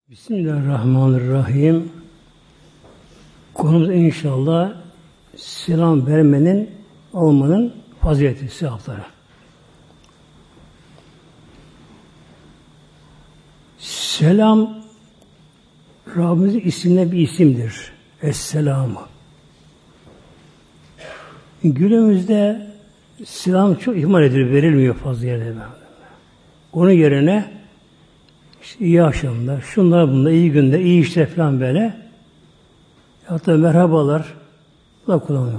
Bismillahirrahmanirrahim. Konumuz inşallah selam vermenin, almanın fazileti, sevapları. Selam, Rabbimizin isimle bir isimdir. Es-Selamı. Günümüzde selam çok ihmal edilir, verilmiyor fazla yerde. Onun yerine İşte iyi akşamlar, şunlar bunlar, iyi günde, iyi işler falan böyle. Hatta merhabalar da kullanılıyor.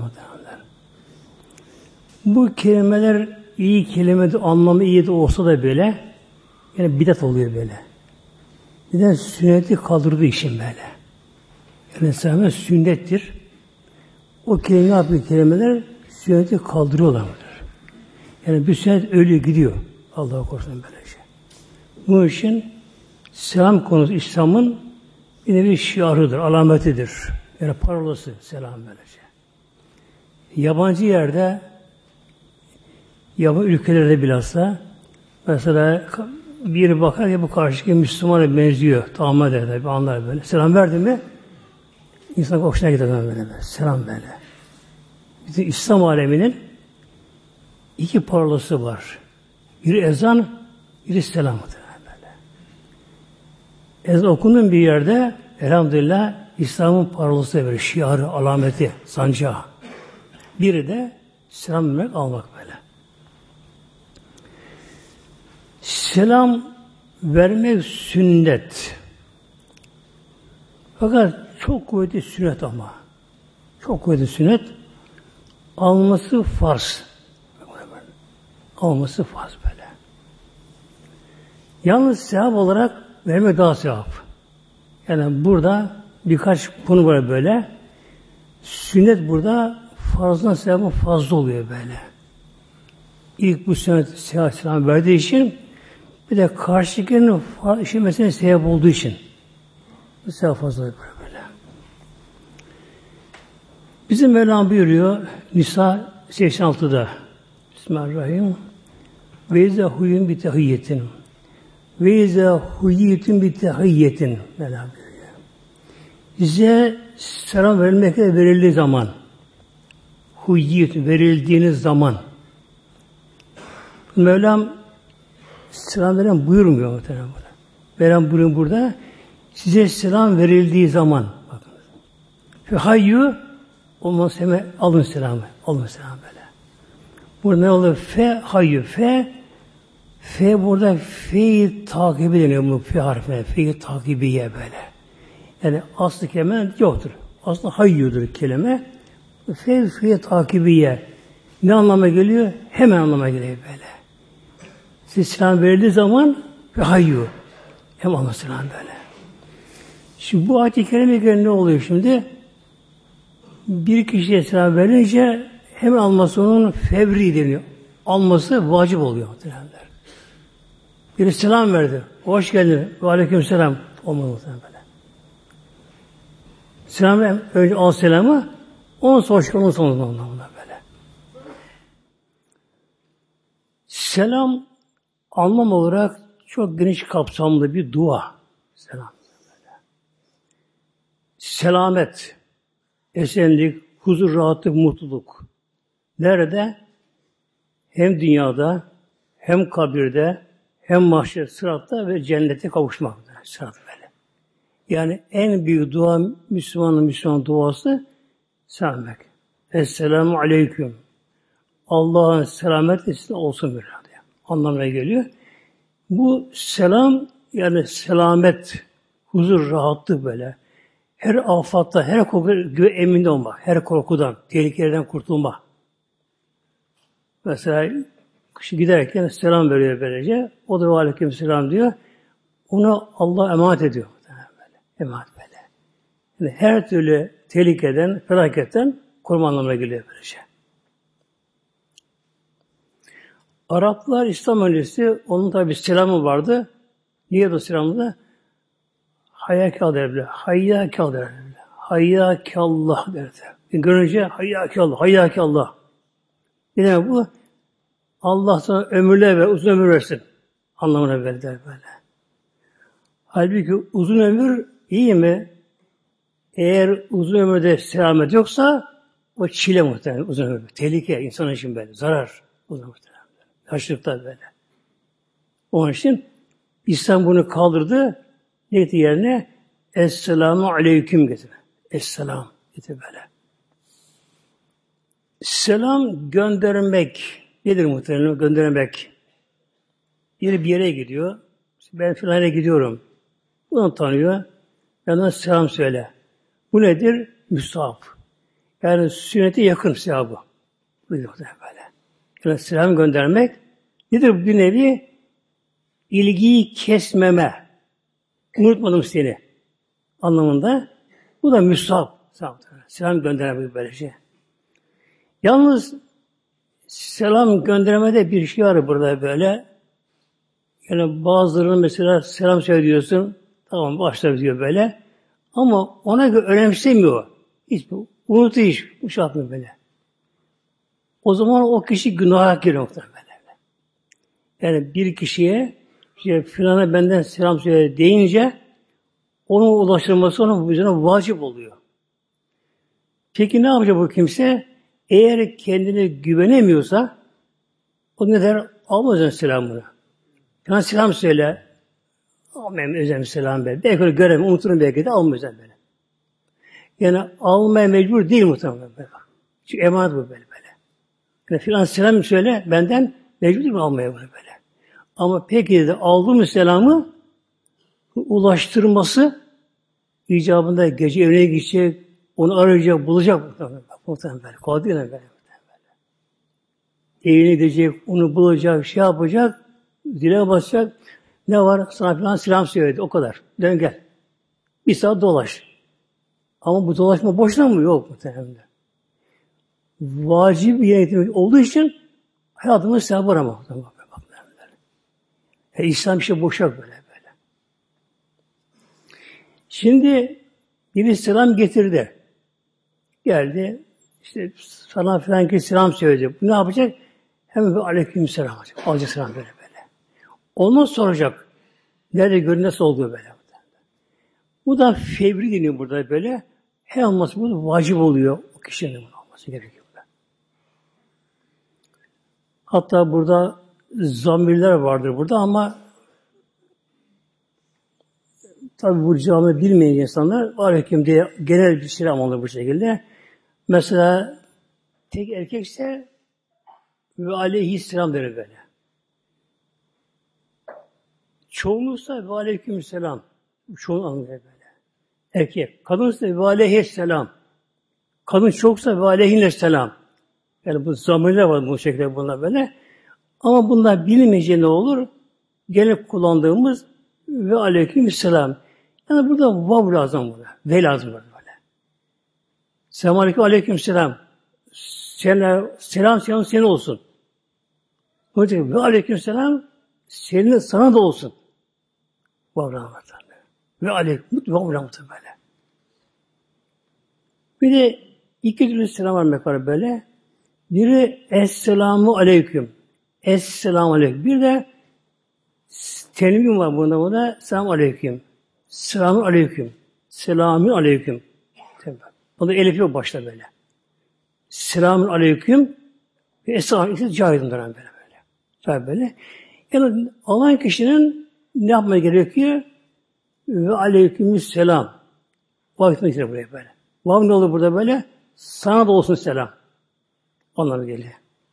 Bu kelimeler iyi kelime de anlamı iyi de olsa da böyle yani bidat oluyor böyle. Neden? Sünneti kaldırdığı için böyle. Yani selam sünnettir. O kelime yaptığı kelimeler sünneti kaldırıyorlar. Yani bir sünnet ölüyor gidiyor. Allah'a korusun böyle şey. Bu için selam konusu İslam'ın bir nevi şiarıdır, alametidir. Yani parolası selam böylece. Yabancı yerde, yabancı ülkelerde bilhassa mesela biri bakar ya bu karşıdaki Müslümana benziyor. Tamam der tabi anlar böyle. Selam verdi mi insan hoşuna gider böyle. Selam böyle. Bizim İslam aleminin iki parolası var. Biri ezan, biri selamıdır. Ezan okunduğun bir yerde elhamdülillah İslam'ın parolası böyle, şiarı, alameti, sancağı. Biri de selam vermek, almak böyle. Selam vermek sünnet. Fakat çok kuvvetli sünnet ama. Çok kuvvetli sünnet. Alması farz. Alması farz böyle. Yalnız sevap olarak vermek daha sevap. Yani burada birkaç konu var böyle. Sünnet burada farzdan sevabı fazla oluyor böyle. İlk bu sünnet selam verdiği için bir de karşıdakinin işlemesine sebep olduğu için bu sevap fazla oluyor böyle. Bizim Mevlam buyuruyor Nisa 86'da Bismillahirrahmanirrahim ve izâ huyun bi tehiyyetin ve izâ huyyitun bi tehiyyetin Mevlam buyuruyor. Size selam verildiği zaman huyyitun verildiğiniz zaman Mevlam selam veren buyurmuyor muhtemelen burada. Mevlam buyuruyor burada size selam verildiği zaman bakın. Fe hayyu olmaz hemen alın selamı. Alın selamı böyle. Burada ne oluyor? Fe hayyu. Fe burada fe'yi takibi deniyor bu fe harfine. Fe'yi takibiye böyle. Yani aslı kelime yoktur. Aslında hayyudur kelime. Fe'yi takibiye. Ne anlama geliyor? Hemen anlama geliyor böyle. Siz selam verildiği zaman fe hayyu. Hem Allah selam böyle. Şimdi bu ayet-i kerime göre ne oluyor şimdi? Bir kişiye selam verince hemen alması onun fevri deniyor. Alması vacip oluyor. Biri selam verdi. Hoş geldin. Ve aleyküm selam. Olmalı böyle. Selam ver. Önce al selamı. Ondan sonra hoş geldin. Ondan böyle. Selam anlam olarak çok geniş kapsamlı bir dua. Selam. Böyle. Selamet, esenlik, huzur, rahatlık, mutluluk. Nerede? Hem dünyada, hem kabirde, hem mahşer, sıratta ve cennete kavuşmak. Sırat böyle. Yani en büyük dua Müslüman duası selam vermek. Esselamu aleyküm. Allah'ın selamet olsun böyle. Anlamına geliyor. Bu selam yani selamet, huzur, rahatlık böyle. Her afatta, her korkudan emin olmak. Her korkudan, tehlikelerden kurtulmak. Mesela kişi giderken selam veriyor böylece. O da aleyküm selam diyor. Ona Allah emanet ediyor. Böyle. Emanet böyle. Yani her türlü tehlikeden, felaketten koruma anlamına geliyor böylece. Araplar İslam öncesi onun tabi selamı vardı. Niye de selamı da? Hayyâkâ derler. Hayyâkâ derler. Hayyâkâllah derler. Görünce hayyâkâllah, hayyâkâllah. Ne demek bu? Allah sana ömürler ve uzun ömür versin. Anlamına verdiler böyle. Halbuki uzun ömür iyi mi? Eğer uzun ömürde selamet yoksa o çile muhtemelen uzun ömür. Tehlike insan için böyle. Zarar. Uzun muhtemelen. Yaşlılıkta böyle. Onun için İslam bunu kaldırdı. Ne getirdi yerine? Esselamu aleyküm getirdi. Esselam getirdi böyle. Selam göndermek. Nedir muhtemelen göndermek? Biri bir yere gidiyor. Ben filan yere gidiyorum. Bunu tanıyor. Benden selam söyle. Bu nedir? Müstahap. Yani sünnete yakın sevabı. Bu böyle. Yani selam göndermek nedir bir nevi? İlgiyi kesmeme. Unutmadım seni anlamında. Bu da müstahap. Selam göndermek böyle şey. Yalnız selam göndermede bir şey var burada böyle. Yani bazılarının mesela selam söylüyorsun. Tamam başla diyor böyle. Ama ona göre önemsemiyor. Hiç unutuyor hiç. Bu şey yapmıyor böyle. O zaman o kişi günaha giriyor muhtemelen böyle. Yani bir kişiye işte filana benden selam söyle deyince onun ulaştırması onun üzerine vacip oluyor. Peki ne yapacak bu kimse? Eğer kendine güvenemiyorsa o ne der? Almaz selamını. Bana selam söyle. Almayayım özel selam be. Belki öyle göremem, unuturum belki de almayacağım böyle. Yani almaya mecbur değil muhtemelen böyle. Çünkü emanet bu böyle. Yani filan selam söyle benden mecbur değil mi almaya bunu böyle. Ama peki de aldığım selamı ulaştırması icabında gece evine gidecek, onu arayacak, bulacak muhtemelen böyle. Kolay değil mi böyle? Evine gidecek, onu bulacak, şey yapacak, zile basacak. Ne var? Sana falan selam söyledi. O kadar. Dön gel. Bir saat dolaş. Ama bu dolaşma boşuna mı? Yok muhtemelen. Vacip bir yönetim olduğu için hayatımız sevap var ama. İslam bir şey boşa böyle. Şimdi biri selam getirdi. Geldi. İşte sana falan ki selam söyledi. Bu ne yapacak? Hemen bir aleyküm selam alacak. Alacak selam böyle. Ondan soracak. Nerede görün nasıl olduğu böyle. Bu da fevri deniyor burada böyle. Her olması bu vacip oluyor. O kişinin olması gerekiyor. Hatta burada zamirler vardır burada ama tabi bu cami bilmeyen insanlar aleyküm diye genel bir selam olur bu şekilde. Mesela tek erkekse ve aleyhisselam der böyle. Çoğunluksa ve aleykümselam. Çoğun anlıyor böyle. Erkek. Kadınsa ve aleyhisselam. Kadın çoksa ve aleyhisselam. Yani bu zamirler var bu şekilde bunlar böyle. Ama bunlar bilinmeyince ne olur? Genel kullandığımız ve aleykümselam. Yani burada vav lazım burada. Ve lazım burada böyle. Selamun aleyküm, aleykümselam. Selam senin olsun. Ve aleykümselam senin sana da olsun. Vav rahmetan. Ve aleyküm vav rahmetan böyle. Bir de iki türlü selam vermek var böyle. Biri Esselamu Aleyküm. Esselamu Aleyküm. Bir de tenvin var bunda. Selamu Aleyküm. Selamu Aleyküm. Selamun Aleyküm. Bunda elif yok başta böyle. Selamun Aleyküm ve Esselamu Aleyküm cahidundan böyle. Cahid böyle. Yani alan kişinin ne yapmaya gerekiyor? Ve Aleykümselam. Vav etmek üzere buraya böyle. Vav ne olur burada böyle? Sana da olsun selam. Onlara geliyor.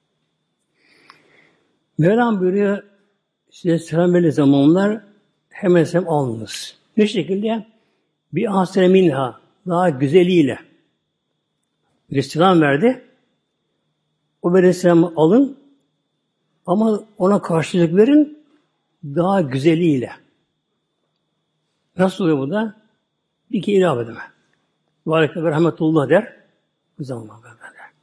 Mevlam buyuruyor, size selam verilen zamanlar hemen selam alınız. Ne şekilde? Bir asre minha, daha güzeliyle. Bir selam verdi. O verilen selamı alın ama ona karşılık verin daha güzeliyle. Nasıl oluyor bu da? Bir kere ilave edeme. Ve aleyküm ve rahmetullah der. Bu zaman böyle.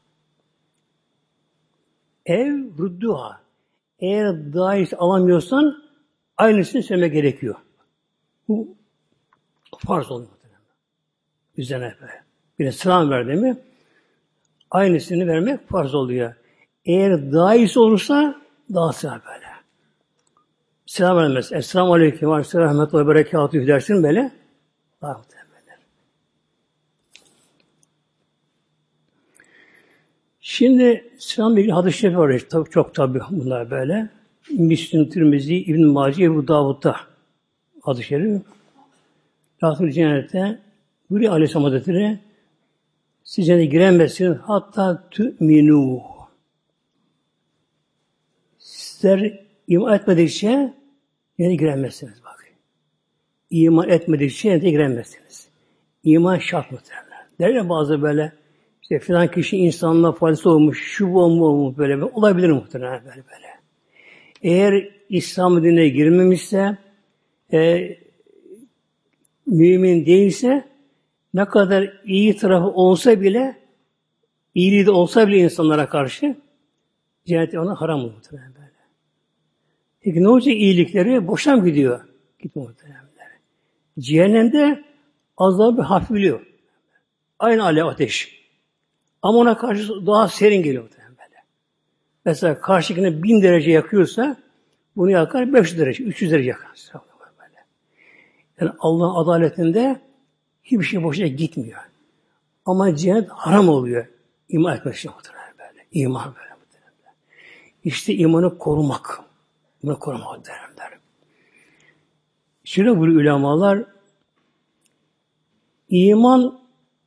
Ev rudduha. Eğer daha hiç alamıyorsan aynısını söylemek gerekiyor. Bu farz oluyor. Üzerine böyle. Bir selam verdi mi aynısını vermek farz oluyor. Eğer daha iyisi olursa daha sıra böyle. Selam vermez. Esselamu aleyküm ve rahmetullahi ve berekatuhu dersin böyle. Var muhtemelen. Şimdi selam bir hadis-i şerif var. Çok tabi bunlar böyle. Müslim, Tirmizi, İbn-i Maci, Ebu Davud'da hadis-i şerif. Rahmetül cennete buyuruyor Aleyhisselam Hazretleri, siz cennete giremezsiniz hatta tü'minû. Sizler iman etmedikçe cennete giremezsiniz. Bak. İman etmedikçe cennete giremezsiniz. İman şart muhtemelen. Derler bazı böyle işte filan kişi insanlığa faydası olmuş, şu bu olmuş böyle olabilir muhtemelen böyle. Eğer İslam dinine girmemişse mümin değilse ne kadar iyi tarafı olsa bile iyiliği de olsa bile insanlara karşı cennet ona haram olur muhtemelen böyle. Peki ne olacak iyilikleri? Boşa mı gidiyor? Gitme muhtemelen. Cehennemde azabı hafifliyor. Aynı alev ateş. Ama ona karşı daha serin geliyor muhtemelen böyle. Mesela karşıkine 1000 derece yakıyorsa bunu yakar 500 derece, 300 derece yakar. Böyle. Yani Allah'ın adaletinde hiçbir şey boşa gitmiyor. Ama cennet haram oluyor. İman etmek için muhtemelen böyle. İman böyle muhtemelen. İşte imanı korumak. İmanı korumak muhtemelen. Şöyle bu ulemalar iman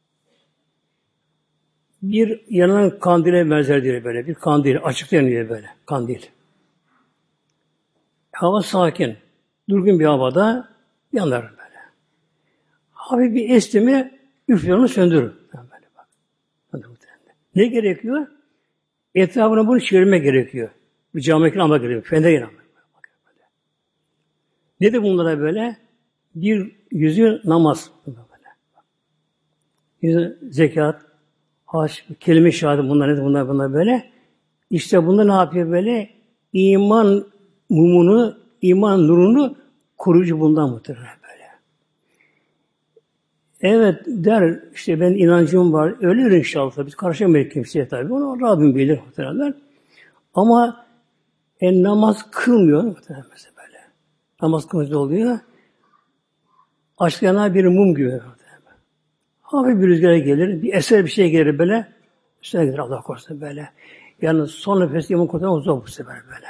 bir yanan kandile benzer diye böyle. Bir kandil. Açık yanıyor böyle. Kandil. Hava sakin. Durgun bir havada yanar böyle. Hafif bir esti mi üflüyor söndürür. Böyle bak. Ne gerekiyor? Etrafına bunu çevirmek gerekiyor. Bir cam-ı almak gerekiyor. Fener yanmak. Ne de bunlara böyle? Bir yüzü namaz. Böyle. Yüzü zekat, hac, kelime-i şehadet bunlar nedir? Bunlar böyle. İşte bunlar ne yapıyor böyle? İman mumunu, iman nurunu koruyucu bundan muhtemelen böyle. Evet der işte ben inancım var. Ölür inşallah. Biz karışamayız kimseye tabii. Onu Rabbim bilir muhtemelen. Ama namaz kılmıyor muhtemelen mesela böyle. Namaz kılmıyor oluyor. Açlayan bir mum gibi. Hafif bir rüzgara gelir, bir eser bir şey gelir böyle. Üstüne gelir Allah korusun böyle. Yani son nefesi iman kurtarmak zor bu sefer böyle.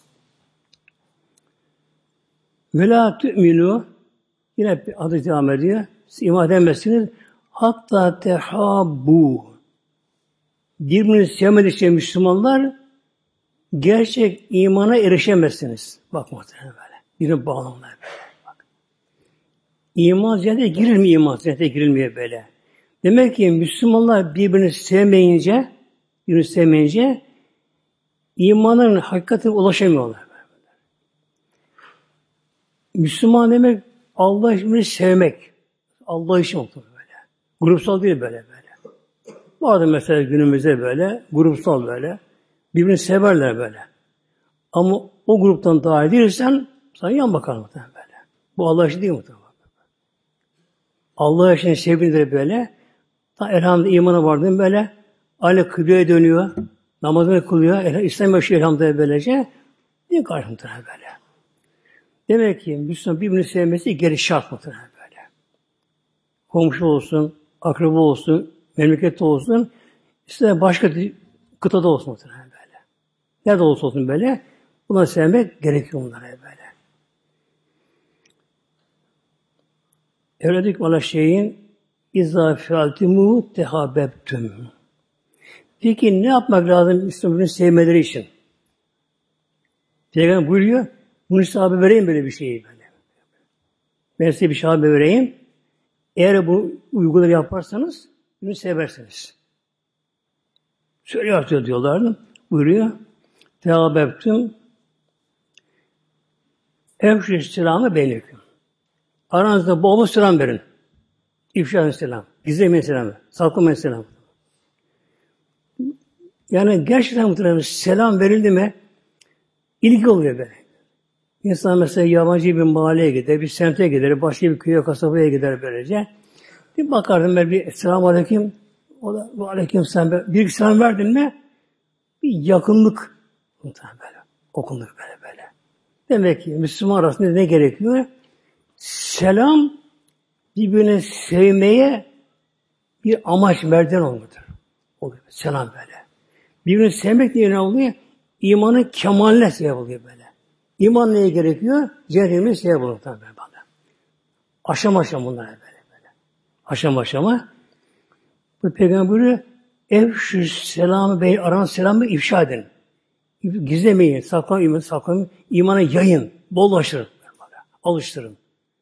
Ve la tu'minu yine adı devam ediyor. Siz iman edemezsiniz. Hatta tehabbu. Birbirini sevmedikçe Müslümanlar gerçek imana erişemezsiniz. Bak muhtemelen böyle. Birine bağlanırlar böyle. Bak. İman cennete girir mi iman? Cennete girilmiyor böyle. Demek ki Müslümanlar birbirini sevmeyince imanın hakikatine ulaşamıyorlar. Müslüman demek Allah için sevmek. Allah için olur böyle. Grupsal değil böyle. Bazı mesela günümüzde böyle, grupsal böyle. Birbirini severler böyle. Ama o gruptan dahil değilsen sana yan bakar muhtemelen böyle. Bu Allah için değil muhtemelen. Allah için sevgidir böyle. Elhamdülillah imana vardın böyle. Aile kıbleye dönüyor. Namazını kılıyor. İslam yaşıyor elhamdülillah böylece. Din karşımda böyle. Demek ki Müslüman birbirini sevmesi geri şart muhtemelen böyle. Komşu olsun, akraba olsun, memlekette olsun, işte başka kıtada olsun muhtemelen böyle. Nerede olsun böyle. Bunları sevmek gerekiyor bunlara böyle. Evledik ala şeyin İzâ fealtimû tehabebtüm. Peki ne yapmak lazım Müslümanların sevmeleri için? Peygamber buyuruyor, bunu size haber vereyim böyle bir şeyi böyle. Ben size bir şey haber vereyim. Eğer bu uyguları yaparsanız bunu seversiniz. Şöyle yapıyor diyorlardı. Buyuruyor. Tehabebtüm evşir selamı beyneküm. Aranızda bol bol selam verin. İfşa selam. Gizlemeyin selamı. Saklamayın selam. Yani gerçekten muhtemelen selam verildi mi ilgi oluyor böyle. İnsan mesela yabancı bir mahalleye gider, bir semte gider, başka bir köye, kasabaya gider böylece. Bir bakardım ben bir selamun aleyküm, o da bu aleyküm selam. Bir selam verdin mi bir yakınlık muhtemelen böyle. Okunur böyle. Demek ki Müslüman arasında ne gerekiyor? Selam birbirini sevmeye bir amaç verden olmadır. Oluyor. Selam böyle. Birbirini sevmek diye ne oluyor? İmanın kemaline sebep oluyor böyle. İman neye gerekiyor? Cehennemi sebep oluyor tabii böyle. Aşama aşama bunlar böyle. Aşama aşama. Bu Peygamber buyuruyor, Efşü selamı bey aran selamı ifşa edin. Gizlemeyin, saklamayın, imanı yayın, bollaştırın. Alıştırın.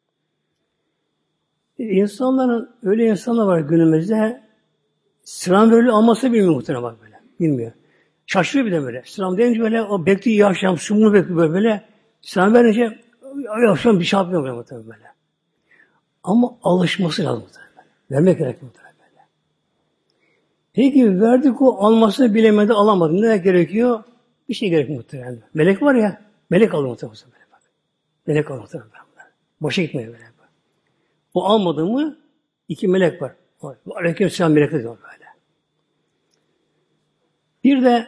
Öyle insanlar var günümüzde selam veriliyor alması bilmiyor muhtemelen bak böyle. Bilmiyor. Şaşırıyor bir de böyle. Selam deyince böyle o bekliyor iyi akşam, sumunu bekliyor böyle. Selam verince akşam bir şey yapmıyor muhtemelen böyle. Ama alışması lazım muhtemelen. Vermek gerekiyor muhtemelen böyle. Peki verdik o almasını bilemedi alamadı. Ne gerekiyor? Bir şey gerekiyor muhtemelen. Melek var ya, melek alır muhtemelen. Melek alır muhtemelen. Boşa gitmiyor böyle. O almadı mı 2 melek var. Aleykümselam melekler diyor böyle. Bir de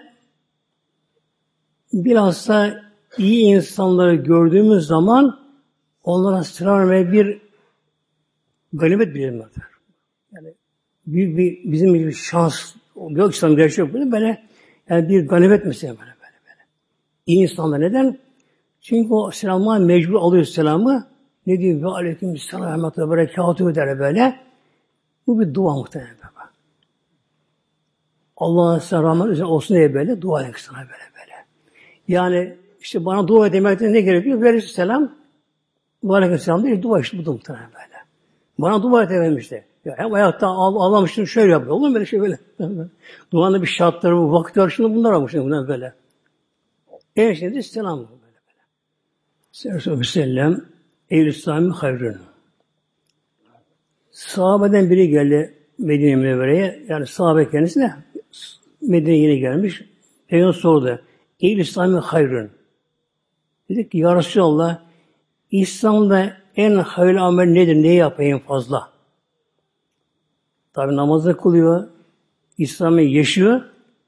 bilhassa iyi insanları gördüğümüz zaman onlara selam vermeye bir ganimet bilelim. Yani büyük bir bizim bir şans yok İslam gerçeği yok böyle yani bir ganimet mesela böyle. İyi insanlar neden? Çünkü o selamı mecbur alıyor selamı. Ne diyor? Ve aleykümselam rahmetullahi berekatuhu der böyle. Bu bir dua muhtemelen baba. Allah'ın sana rahmet üzerine olsun diye böyle dua edin sana böyle. Yani işte bana dua demekten ne gerekiyor? Verirse selam. Ve aleykümselam değil, dua işte bu da muhtemelen böyle. Bana dua edemem işte. Ya hem hayatta ağlamıştım şöyle yapıyor. Olur mu böyle şey böyle? Duanın bir şartları, bu vakit var şimdi bunlar olmuş bunlar böyle. En şeyde selam böyle. Sallallahu sellem ehl-i İslam'ın hayrın. Sahabeden biri geldi Medine-i Münevvere'ye. Yani sahabe kendisi de Medine'ye yeni gelmiş. Peygamber sordu. Ehl-i İslam'ın hayrın. Dedik ki ya Resulallah İslam'da en hayırlı amel nedir? Ne yapayım fazla? Tabi namazı kılıyor. İslam'ı yaşıyor.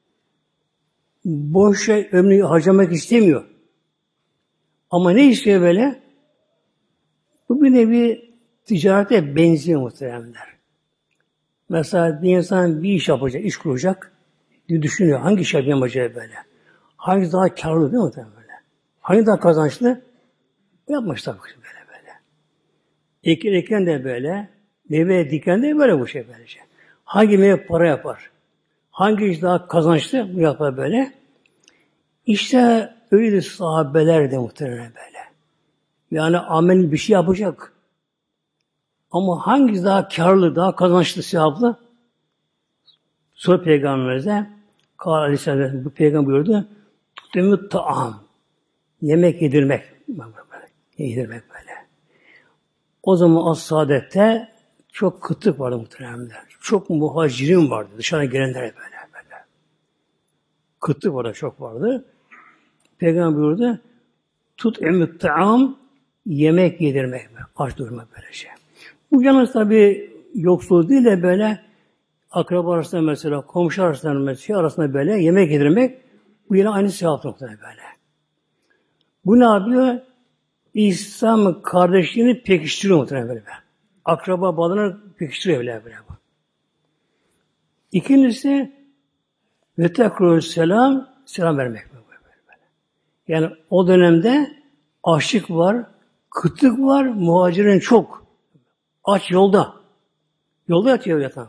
Boşa ömrünü harcamak istemiyor. Ama ne istiyor böyle? Bu bir nevi ticarete benziyor muhteremler. Mesela bir insan bir iş yapacak, iş kuracak. Düşünüyor. Hangi iş yapayım acaba böyle? Hangi daha karlı değil mi muhterem böyle? Hangi daha kazançlı? Yapmış tabii böyle. Ekin de böyle. Meyve diken de böyle bu şey böylece. Hangi meyve para yapar? Hangi iş daha kazançlı? Bu yapar böyle. İşte öyle sahabeler de muhtemelen böyle. Yani amel bir şey yapacak. Ama hangisi daha karlı, daha kazançlı, sevaplı? Sonra Peygamberimize Kâle Aleyhisselam bu Peygamber buyurdu. Tutemü ta'am. Yemek yedirmek. Yedirmek böyle. O zaman as-saadette çok kıtlık vardı muhteremler. Çok muhacirin vardı. Dışarıdan gelenler böyle. Kıtlık vardı, çok vardı. Peygamber buyurdu. Tutemü ta'am. Yemek yedirmek. Aç durmak böyle şey. Bu yalnız tabi yoksul değil de böyle akraba arasında mesela, komşu arasında mesela, arasında böyle yemek yedirmek bu yine aynı sevap noktada böyle. Bu ne yapıyor? İslam kardeşliğini pekiştiriyor muhtemelen böyle. Akraba bağlarını pekiştiriyor böyle. İkincisi ve tekrar selam vermek. Yani o dönemde açlık var, kıtlık var, muhacirin çok. Aç yolda. Yolda yatıyor yatan.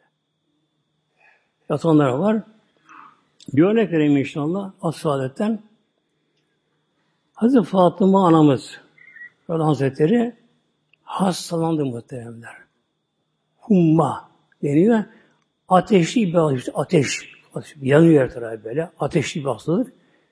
Yatanlar var. Bir örnek vereyim inşallah. As-Saadet'ten. Hazreti Fatıma anamız Hazretleri hastalandı muhteremler. Humma deniyor. Ateşli bir hastalık. Ateş. Yanıyor her tarafı böyle. Ateşli bir hastalık.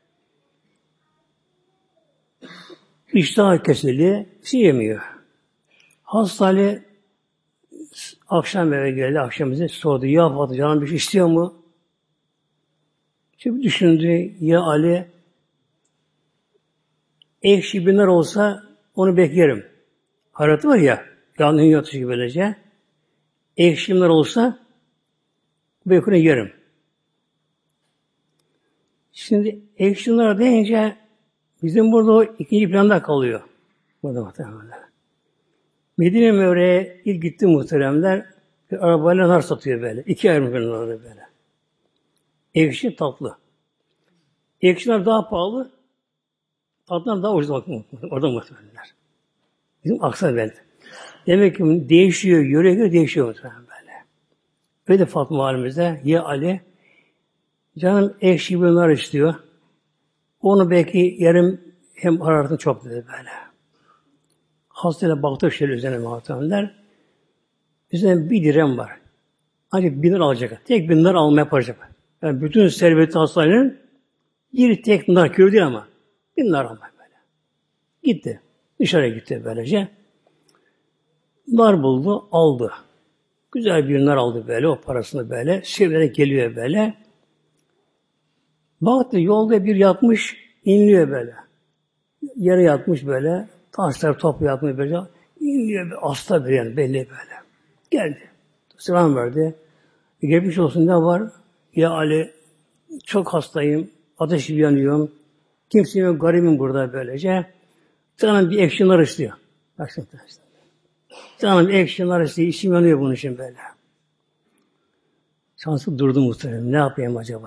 İştah kesildi. Şey yemiyor. Hastane akşam eve geldi. Akşam bize sordu. Ya Fatıma canım bir şey istiyor mu? Şimdi düşündü. Ya Ali ekşi binler olsa onu beklerim. Hayratı var ya. Yanın yatışı gibi böylece. Ekşi binler olsa bekle yerim. Şimdi ekşi binler deyince Bizim burada o ikinci planda kalıyor. Burada muhteremler. Medine Mevre'ye ilk gitti muhteremler. Bir arabayla nar satıyor böyle. İki ayrı narı böyle. Ekşi tatlı. Ekşiler daha pahalı. Tatlılar daha ucuz orada muhtemelenler. Bizim aksa belli. Demek ki değişiyor, yöre göre değişiyor muhtemelen böyle. Öyle Fatma halimize, ya Ali, canım ekşi bir nar istiyor. Onu belki yarım hem hararetini çok dedi böyle. Hastayla baktı şöyle üzerine muhtemelenler. Üzerine bir dirhem var. Ancak 1.000 alacak. Tek 1.000 almaya yapacak. Yani bütün serveti hastanenin bir tek nar kürü değil ama 1.000 almaya böyle. Gitti. Dışarıya gitti böylece. Nar buldu, aldı. Güzel bir nar aldı böyle, o parasını böyle. Severek geliyor böyle. Baktı yolda bir yatmış, inliyor böyle. Yere yatmış böyle. Taşlar toplu yatmış böyle. İnliyor böyle, hasta bir yani belli böyle. Geldi. Selam verdi. Geçmiş olsun ne var? Ya Ali, çok hastayım. Ateşi yanıyorum. Kimse yok, garibim burada böylece. Canım bir ekşi nar istiyor. Bak şimdi. Canım bir ekşi nar istiyor. İçim yanıyor bunun için böyle. Şansı durdu muhtemelen. Ne yapayım acaba?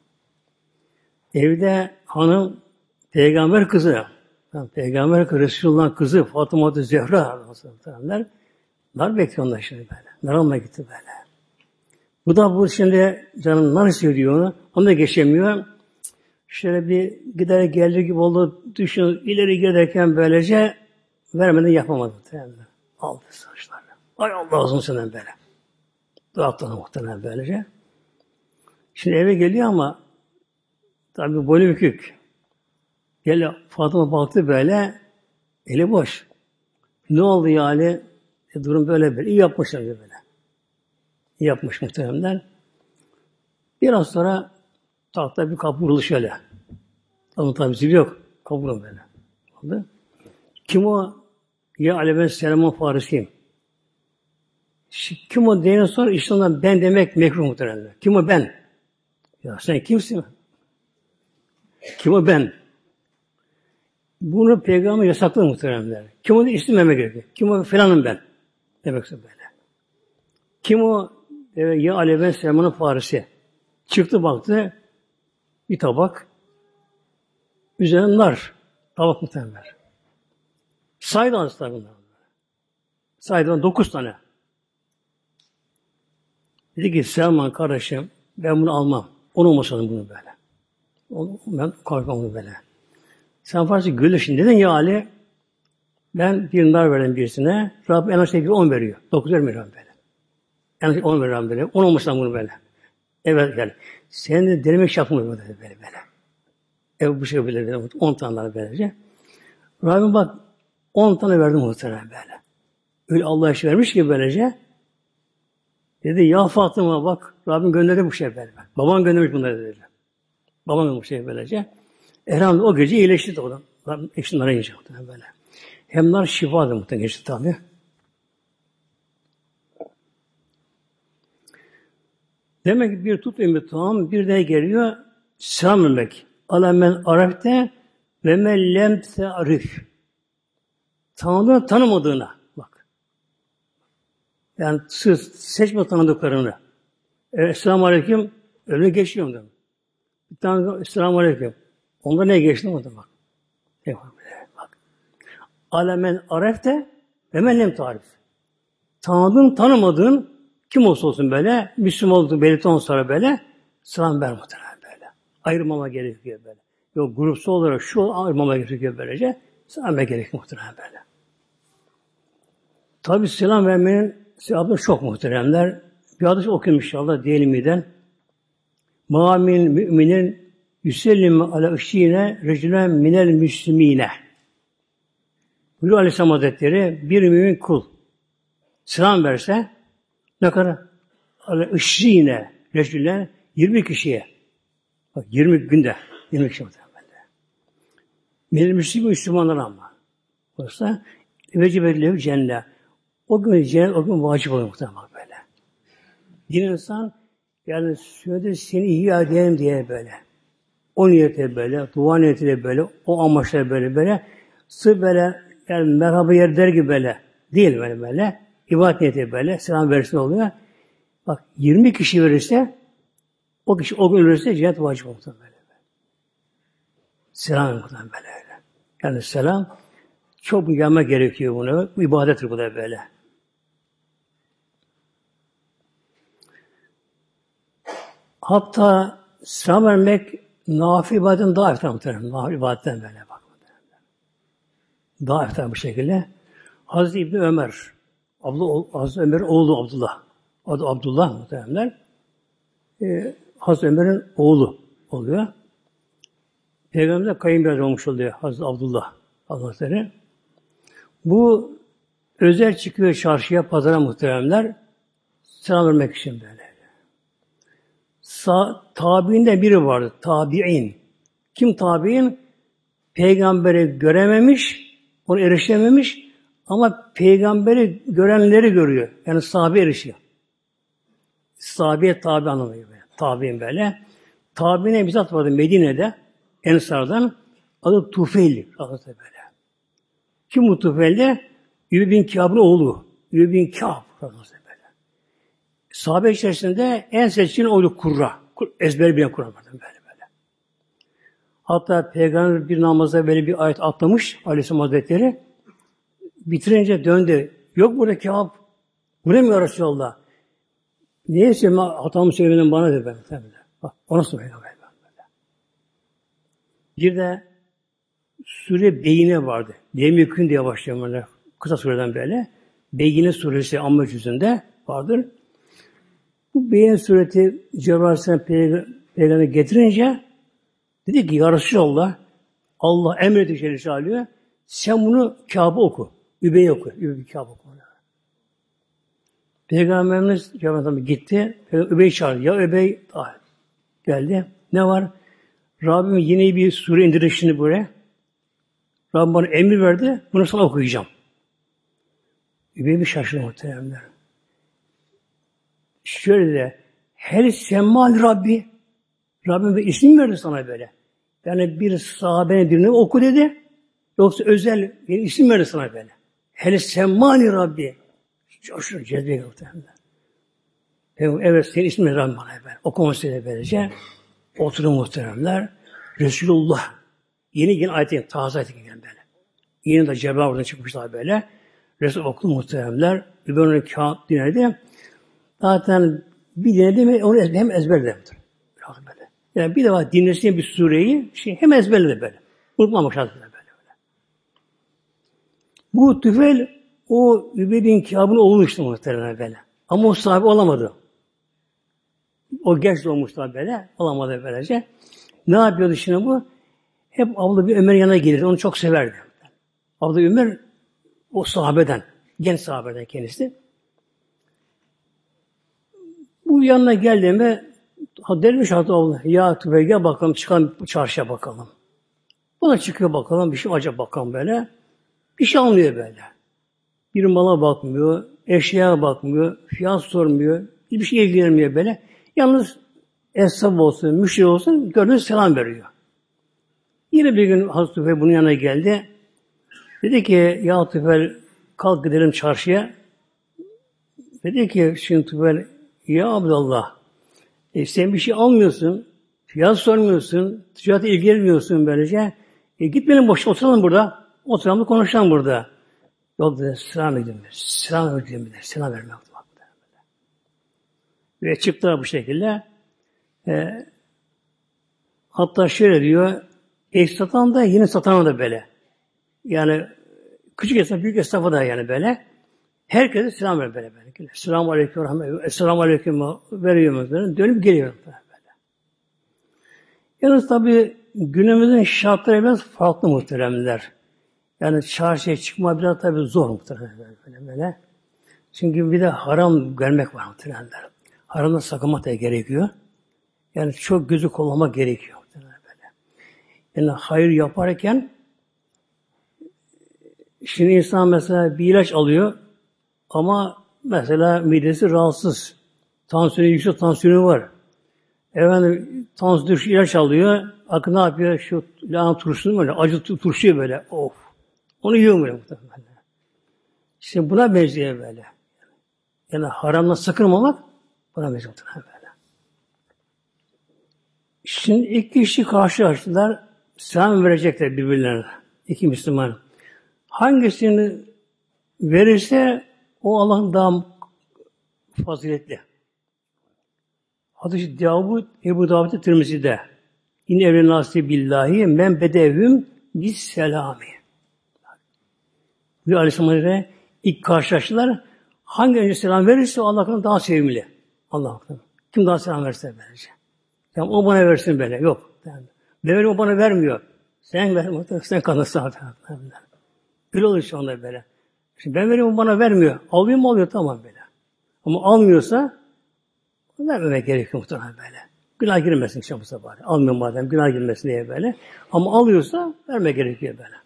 Evde hanım peygamber kızı. Yani peygamber kızı, Resulullah'ın kızı Fatıma Zehra. Nar bekliyor onlar şimdi böyle. Nar almaya gitti böyle. Bu şimdi canım nar istiyor diyor onu. Onu da geçemiyor. Şöyle bir gider gelir gibi oldu. Düşün ileri giderken böylece vermeden yapamadı. Aldı saçlarını. Ay Allah olsun senden böyle. Dağıttığına muhtemelen böylece. Şimdi eve geliyor ama tabii boynu bükük. Geliyor Fatıma baktı böyle eli boş. Ne oldu yani? Durum böyle. İyi yapmışlar böyle. İyi yapmış muhtemelen. Biraz sonra tahta bir kapı vuruldu şöyle. Ama tabii zil yok. Kapı vuruldu böyle. Oldu. Kim o? Ya Ali ben Selamun Farisiyim. Kim o diyene sonra işte ondan ben demek mekruh muhtemelen. Kim o ben? Ya sen kimsin? Kim o ben? Bunu peygamber yasakladı muhtemelen. Kim o ismi demek gerekiyor. Kim o falanım ben. Demekse böyle. Kim o? Ya Ali ben Selamun Farisi. Çıktı baktı. Bir tabak. Üzerine nar. Tabak muhtemelen. Saydı aslında bunlar. Saydı 9 tane. Dedi ki Selman kardeşim ben bunu almam. Onu olmasın bunu böyle. Ben korkmam bunu böyle. Sen Farsi gülüşün. Neden ya Ali? Ben bir nar verdim birisine. Rabbim en aşağı 10 veriyor. 9 vermiyorum böyle. En aşağı 10 veriyorum böyle. 10 olmasın bunu böyle. Evet yani. Senin de denemek yapmıyor böyle. Evet bu şey böyle. 10 tane böylece. Rabbim bak 10 tane verdim muhtemelen böyle. Öyle Allah'a iş vermiş ki böylece. Dedi ya Fatıma bak Rabbim gönderdi bu şey böyle. Baban göndermiş bunları dedi. Baban bu şey böylece. Elhamdülillah o gece iyileşti de o da. Eşin arayınca böyle. Hem nar şifadır muhtemelen geçti tabi. Demek ki bir tut ümmet tamam bir de geliyor selam vermek. Alamen arafte ve men lem te'arif. Tanıdığını tanımadığına bak. Yani seçme tanıdıklarını. Esselamu Aleyküm öyle geçiyorum dedim. Bir tane Esselamu Aleyküm. Onda ne geçti o da bak. Bak. Alemen arefte ve men lem tarif. Tanıdığın tanımadığın kim olsa olsun böyle Müslüman olduğu belirten sonra böyle selam ver muhtemelen böyle. Ayırmama gerekiyor böyle. Yok grupsal olarak şu ayırmama gerekiyor böylece. Selam ver gerekiyor muhtemelen böyle. Tabi selam vermenin sevabı çok muhteremler. Bir hadis okuyayım inşallah diyelim miden. Mâmin müminin yüsellim ala ışîne recülen minel müslimine. Buyuruyor Aleyhisselam Hazretleri bir mümin kul selam verse ne kadar? Ala ışîne recülen 20 kişiye. Bak 20 günde 20 kişi muhtemelen. Minel müslimine Müslümanlar ama. Oysa vecibetlehu cennet. O gün cennet o gün vacip olur muhtemelen böyle. Bir insan yani söyledi seni ihya edeyim diye böyle. o niyete böyle, dua niyetiyle böyle, o amaçla böyle, sırf böyle, yani merhaba yer der gibi böyle, değil böyle, ibadet niyeti böyle, selam verirsin oluyor. Bak 20 kişi verirse, o kişi o gün ölürse cennet vacip olur böyle. Selam verirsin böyle. Yani selam çok mükemmel gerekiyor bunu. Bu ibadettir bu da böyle. Hatta selam vermek nafile ibadetten daha eftal muhtemelen. Nafile ibadetten böyle bak. Daha eftal bu şekilde. Hazreti İbni Ömer, Hazreti Ömer'in oğlu Abdullah. Adı Abdullah muhtemelen. Hazreti Ömer'in oğlu oluyor. Peygamber'de kayınbirader olmuş oluyor Hazreti Abdullah Hazretleri. Bu özel çıkıyor çarşıya, pazara muhteremler selam vermek için böyle. Tabiinde biri vardı. Tabi'in. Kim tabi'in? Peygamberi görememiş, onu erişememiş ama peygamberi görenleri görüyor. Yani sahabe erişiyor. Sahabeye tabi anlamıyor böyle. Tabi'in böyle. Tabi'ine bir zat vardı Medine'de, Ensar'dan. Adı Tufeyl. Böyle. Kim bu Tufeyl'de? Übey bin Kâb'ın oğlu. Übey bin Kâb. Sahabe içerisinde en seçkin oydu Kurra. Ezber bilen Kur'an vardı böyle. Hatta Peygamber bir namazda böyle bir ayet atlamış Aleyhisselam Hazretleri. Bitirince döndü. Yok burada Kâb. Bu ne mi ya Resulallah? Neyse hatamı söylemeden bana de ben. Bak ona söylüyor böyle. Bir de Sure Beyine vardı. Demikün diye başlıyor böyle. Kısa sureden böyle. Beyine suresi Amme cüzünde vardır. Bu Beyin sureti Cebrail Aleyhisselam Peygamber getirince dedi ki ya Resulallah Allah emretti Celle Celaluhu sen bunu Kâb'ı oku. Übey'i oku. Übey'i Kâb'ı oku. Peygamberimiz Cebrail Aleyhisselam gitti. Übey'i çağırdı. Ya Übey geldi. Ne var? Rabbim yine bir sure indirir şimdi buraya. Rabbim bana emir verdi. Bunu sana okuyacağım. Übey bir şaşırdı muhteremler. Şöyle de her semmal Rabbi Rabbim bir isim verdi sana böyle. Yani bir sahabenin birini oku dedi. Yoksa özel bir isim verdi sana böyle. Her semmali Rabbi. Coşur, cezbeye muhteremler. Evet senin ismin Rabbim bana böyle. Okumasıyla böylece oturun muhteremler. Resulullah. Yeni ayet-i taze ayet-i böyle. Yeni de Cebrail oradan çıkmışlar böyle. Resul okulu muhteremler. Übey'in Kâb dinledi. Zaten bir dinledi mi onu hem ezberledi. Yani bir defa dinlesin bir sureyi hem ezberledi böyle. Unutmamak şartıyla böyle. Bu Tüfeil o Übey bin Kâb'ın oğlu işte muhteremler böyle. Ama o sahibi olamadı. O genç olmuşlar böyle. Olamadı böylece. Ne yapıyordu şimdi bu? Hep abla bir Ömer'in yanına gelirdi. Onu çok severdi. Abla Ömer o sahabeden. Genç sahabeden kendisi. Bu yanına geldiğinde derviş hatta oldu. Ya Tüfeil gel bakalım çıkalım çarşıya bakalım. O da çıkıyor bakalım. Bir şey acaba bakalım böyle. Bir şey almıyor böyle. Bir mala bakmıyor. Eşyaya bakmıyor. Fiyat sormuyor. Hiçbir şey ilgilenmiyor böyle. Yalnız esnaf olsun, müşteri olsun gördüğünüz selam veriyor. Yine bir gün Hazreti Tüfeil bunun yanına geldi. Dedi ki ya Tüfeil kalk gidelim çarşıya. Dedi ki şimdi Tüfeil ya Abdullah sen bir şey almıyorsun. Fiyat sormuyorsun. Ticarete ilgilenmiyorsun böylece. Git benim boş oturalım burada. Oturalım da konuşalım burada. Yok dedi selam edin. Selam edin. Selam vermek. Ve çıktılar bu şekilde. Hatta şöyle diyor, satan da yine satan da böyle. Yani küçük esnaf, büyük esnafa da yani böyle. Herkese selam veriyor böyle. Selamun aleyküm, rahmetullah. Selamun aleyküm veriyor mesela. Dönüp geliyor böyle. Yalnız tabii günümüzün şartları biraz farklı muhteremler. Yani çarşıya çıkma biraz tabii zor muhteremler böyle. Çünkü bir de haram görmek var muhteremler. Haramda sakınmak da gerekiyor. Yani çok gözü kollamak gerekiyor. Böyle. Yani hayır yaparken şimdi insan mesela bir ilaç alıyor ama mesela midesi rahatsız. Tansiyonu yüksek tansiyonu var. Efendim tansiyon düşük ilaç alıyor. akı ne yapıyor? Şu lahana turşusunu böyle acı turşuyor böyle. Of. Onu yiyor böyle muhtemelen. İşte buna benziyor böyle. Yani haramdan sakınmamak buna benziyor muhtemelen böyle. Şimdi iki kişi karşılaştılar. Selam verecekler birbirlerine. İki Müslüman. Hangisini verirse o Allah'ın daha faziletli. Hadis-i Davud, Ebu Davud Tirmizi'de. Yine evlen nasi billahi men bedevüm bis selami. Bir Aleyhisselam'a ilk karşılaştılar. Hangi önce selam verirse o Allah'ın daha sevimli. Allah'ın. Kim daha selam verirse verecek. Yani o bana versin böyle. Yok. Yani, o bana vermiyor. Sen ver, sen kalırsın. Öyle olur şu anda böyle. Şimdi ben veriyorum, bana vermiyor. Alıyor mu alıyor, tamam böyle. Ama almıyorsa vermemek gerekiyor muhtemelen böyle. Günah girmesin işte bu sefer. Almıyor madem, günah girmesin diye böyle. Ama alıyorsa vermek gerekiyor böyle.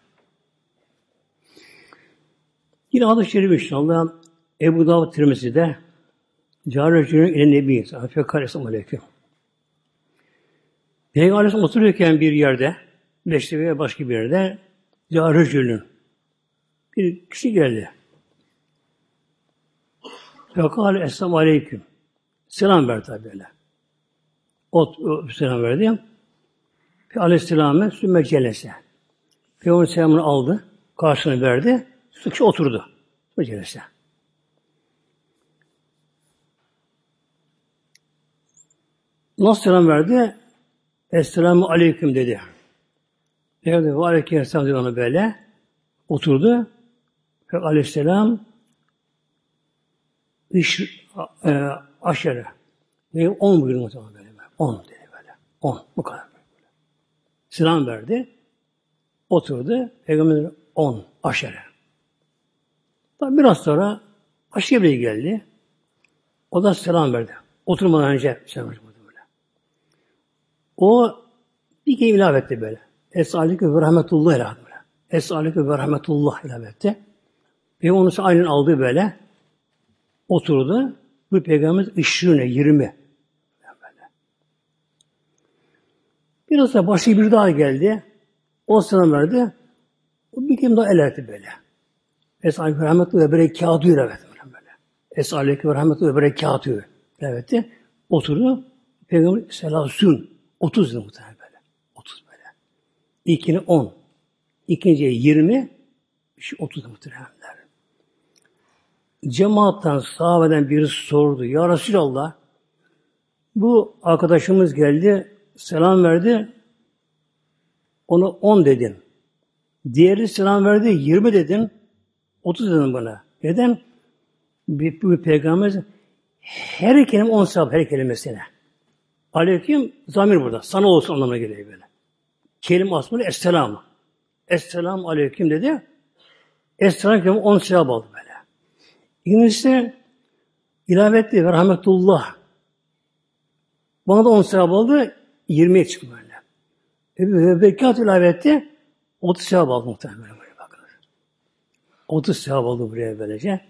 Yine hadis-i şerif inşallah Ebu Davud Tirmizi'de Cârecûnün ile Nebi Aleyhisselatü Aleyküm. Peygamber Aleyhisselam oturuyorken bir yerde, Beşte veya başka bir yerde Cârecûnün bir kişi geldi. Fekâle Esselamu Aleyküm. Selam verdi tabi böyle. O selam verdi. Aleyhisselam'ı sümme celese. Peygamber selamını aldı. Karşılığını verdi. Kişi oturdu. Sümme celese. Nasıl selam verdi? Esselamu Aleyküm dedi. Peygamber ve Aleykümselam dedi ona böyle. Oturdu. Ve Aleyhisselam aşere. Ve 10 buyurdu muhtemelen böyle. 10 dedi böyle. 10. Bu kadar. Böyle. Selam verdi. Oturdu. Peygamber 10. Aşere. Biraz sonra başka biri geldi. O da selam verdi. Oturmadan önce selam verdi böyle. O bir kelime ilave etti böyle. Es-alike ve rahmetullah ilave etti. Es-alike ve rahmetullah ilave etti. Ve onu aynen aldı böyle. Oturdu. Bu Peygamberimiz 20. Böyle. Biraz da başka bir daha geldi. O selam verdi. O bir kelime daha el etti böyle. Es-alike ve rahmetullah ve berekâtü ilave etti. Es-alike ve rahmetullah ve berekâtü ilave etti. Oturdu. Peygamber selasün. 30 yıl muhtemelen böyle. 30 böyle. İlkini 10. İkinciye 20. 30 muhtemelen. Cemaattan, sahabeden biri sordu. Ya Resulallah, bu arkadaşımız geldi, selam verdi, ona 10 dedin. Diğeri selam verdi, 20 dedin, 30 dedin bana. Neden? Bu Peygamber her kelime 10 sevap, her kelimesine. Aleyküm, zamir burada. Sana olsun anlamına geliyor böyle. Kelime aslında Esselam. Esselamu Aleyküm dedi. Esselam kelime 10 sevap aldı böyle. İkincisi ilave etti ve rahmetullah. Bana da 10 sevap aldı, 20'ye çıktı böyle. Ve berekat ilave etti, 30 sevap aldı muhtemelen böyle bakın. 30 sevap aldı buraya böylece.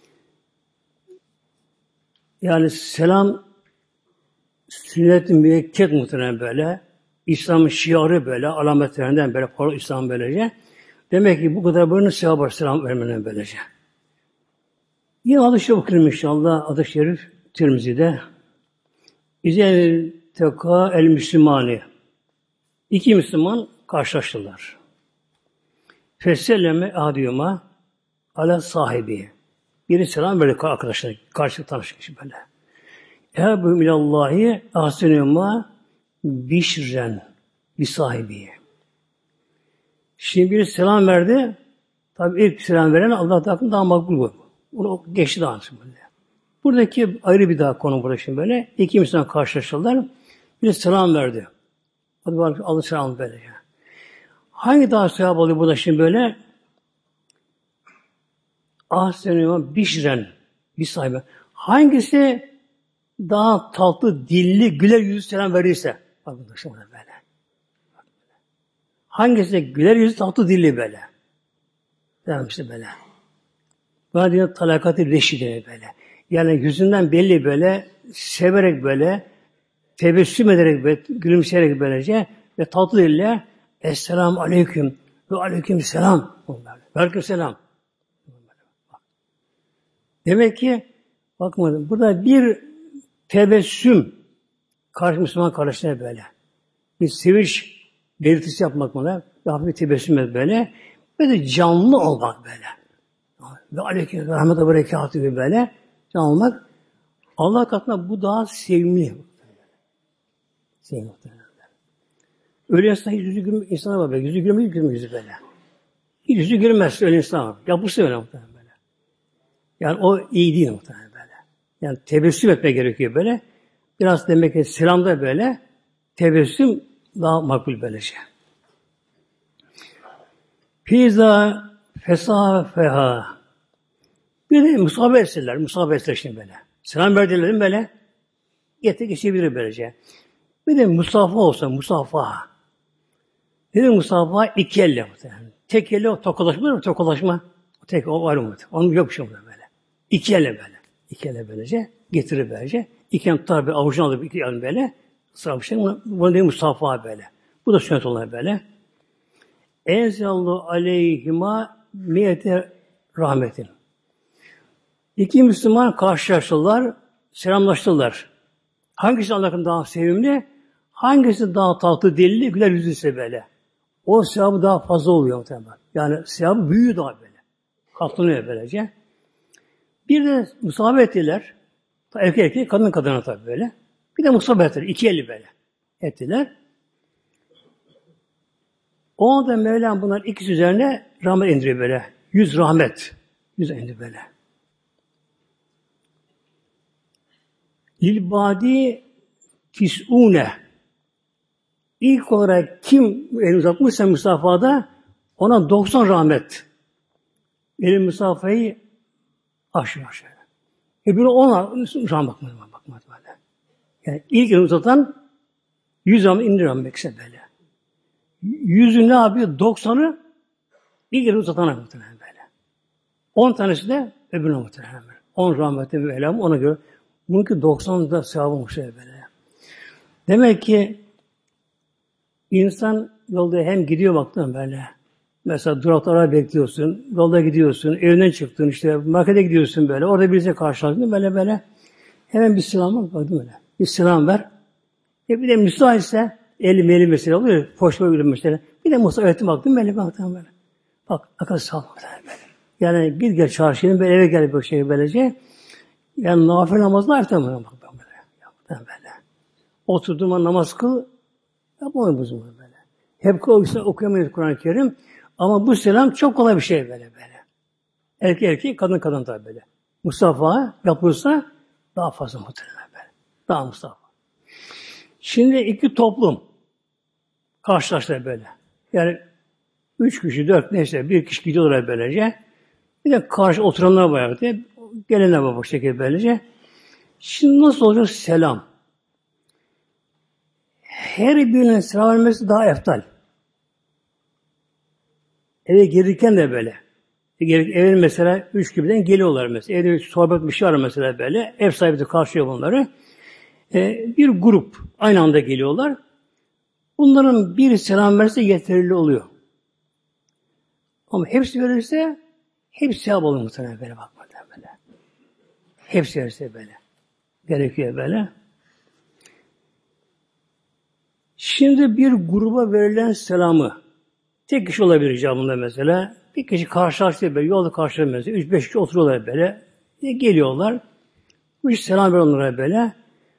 Yani selam sünnet-i müekked muhtemelen böyle. İslam'ın şiarı böyle, alametlerinden böyle, İslam böylece. Demek ki bu kadar böyle sevap var selam vermeden böylece. Yine adı şerif okuyalım inşallah. Adı şerif Tirmizi'de. İzel teka el Müslümani. İki Müslüman karşılaştılar. Feselleme adiyuma ala sahibi. Biri selam verdi arkadaşlar. Karşılıklı tanışmış böyle. Ebu minallahi ahsenüma bişren bir sahibi. Şimdi biri selam verdi. Tabi ilk selam veren Allah tarafından daha makbul bu. Bunu geçti daha sonra böyle. Buradaki ayrı bir daha konu burada şimdi böyle. İki Müslüman karşılaştılar. Bir selam verdi. Hadi bakalım alın selam böyle. Hangi daha sevap oluyor burada şimdi böyle? Ahsenüma bişren bir sahibi. Hangisi daha tatlı, dilli, güler yüzlü selam verirse. Bakın şimdi böyle. Hangisi güler yüzlü, tatlı, dilli böyle. Devam işte böyle. Buna diyor talakat-ı reşide böyle. Yani yüzünden belli böyle, severek böyle, tebessüm ederek böyle, gülümseyerek böylece ve tatlı dille Esselamu Aleyküm ve Aleyküm Selam. Ve Aleyküm Selam. Demek ki bakmadım. Burada bir tebessüm karşı Müslüman kardeşlerine böyle. Bir sevinç belirtisi yapmak bana. Bir hafif bir tebessüm et böyle. Böyle canlı olmak böyle. Ve aleyküm rahmet ve berekatü gibi böyle canlı olmak. Allah katında bu daha sevimli. Sevimli. Öyle insan hiç yüzü gülmüyor. İnsana var böyle. Yüzü gülmüyor yüzü böyle. Hiç yüzü gülmez öyle insan var. Yapısı öyle muhtemelen böyle. Yani o iyi değil muhtemelen böyle. Yani tebessüm etmek gerekiyor böyle. Biraz demek ki selamda böyle tebessüm daha makbul böylece. Pizza fesafeha. Bir de musahabe etsinler. Musahabe etsinler şimdi böyle. Selam verdilerim böyle. Geçebilir böylece. Bir de musafa olsa musafa. Nedir musafa? İki elle muhtemelen. Tek elle o tokalaşma mı? Tokalaşma. Tek o var mı? Onun yok bir şey böyle. İki elle böyle. İki elle böylece. Getirir böylece. İki yan tutar bir avucunu alır iki yan böyle. Sıra bir şey. Bunu değil musafa böyle. Bu da sünnet olan böyle. Enzallu aleyhima miyete rahmetin. İki Müslüman karşılaştılar, selamlaştılar. Hangisi Allah'ın daha sevimli, hangisi daha tatlı, dilli, güler yüzlüyse böyle. O sevabı daha fazla oluyor muhtemelen. Yani sevabı büyüyor daha böyle. Katlanıyor böylece. Bir de musahabe ettiler. Erkek, kadın kadına tabii böyle. Bir de musahabe ettiler. İki eli böyle ettiler. O anda Mevlam bunlar ikisi üzerine rahmet indiriyor böyle. 100 rahmet. 100 indiriyor böyle. İlbadi tis'une. İlk olarak kim elini uzatmışsa musafada ona 90 rahmet. Elin musafayı aşıyor şöyle. Öbürü ona rahmet bakmadı böyle. Yani ilk elini uzatan 100 rahmet indiriyor böyle. 100'ü ne yapıyor? 90'ı ilk elini uzatana muhtemelen böyle. 10 tanesi de öbürüne muhtemelen böyle. 10 rahmeti ve elam ona göre. Bununki 90 da sevabı böyle. Demek ki insan yolda hem gidiyor baktın böyle. Mesela duraklara bekliyorsun, yolda gidiyorsun, evden çıktın işte markete gidiyorsun böyle. Orada birisi karşılaştın böyle. Hemen bir selam var baktın böyle. Bir selam ver. Bir de müsaitse eli mesela oluyor. Poşma gülüm mesela. Bir de Musa öğretim baktım böyle. Bak akıl sağlam böyle. Yani bir gel çarşının böyle eve gel bir şey böylece. Yani nafile namazla ertemem bak böyle. Oturduğum an namaz kıl. Yapamıyor buzum böyle. Hep okuyamayız Kur'an-ı Kerim. Ama bu selam çok kolay bir şey böyle. Erkek, kadın tabi böyle. Mustafa yapılırsa daha fazla muhtemelen böyle. Daha Mustafa. Şimdi iki toplum karşılaştılar böyle. Yani 3 kişi, 4 neyse bir kişi gidiyorlar böylece. Bir de karşı oturanlar vardı. Gelenler var bu şekilde böylece. Şimdi nasıl olacak selam? Her birinin selam vermesi daha eftal. Eve gelirken de böyle. Eve mesela 3 gibiden geliyorlar mesela. Evde bir sohbet bir şey var mesela böyle. Ev sahibi de karşılıyor bunları. Bir grup aynı anda geliyorlar. Bunların bir selam verse yeterli oluyor. Ama hepsi verirse hepsi sevap olur muhtemelen böyle bakmadan böyle. Hepsi verirse böyle. Gerekiyor böyle. Şimdi bir gruba verilen selamı tek kişi olabilir icabında mesela. Bir kişi karşılaştı böyle, yolda karşılaştı mesela. 3-5 kişi oturuyorlar böyle. Geliyorlar. Bu iş selam ver onlara böyle.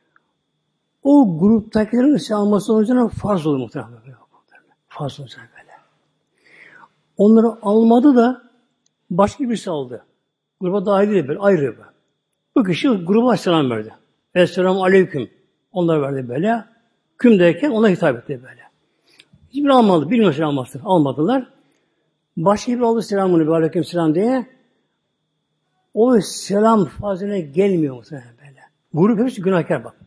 O gruptakilerin selamı sonucunda farz olur muhtemelen böyle. Farz olur böyle. Onları almadı da başka birisi aldı. Gruba dahil değil böyle, ayrı böyle. Bu kişi gruba selam verdi. Esselamu aleyküm. Onlar verdi böyle. Küm derken ona hitap etti böyle. Hiçbir almadı. Bilmiyor selam almasını. Almadılar. Başka bir aldı selamını. Aleyküm selam diye. O selam faziline gelmiyor muhtemelen böyle. Grup hepsi günahkar bak.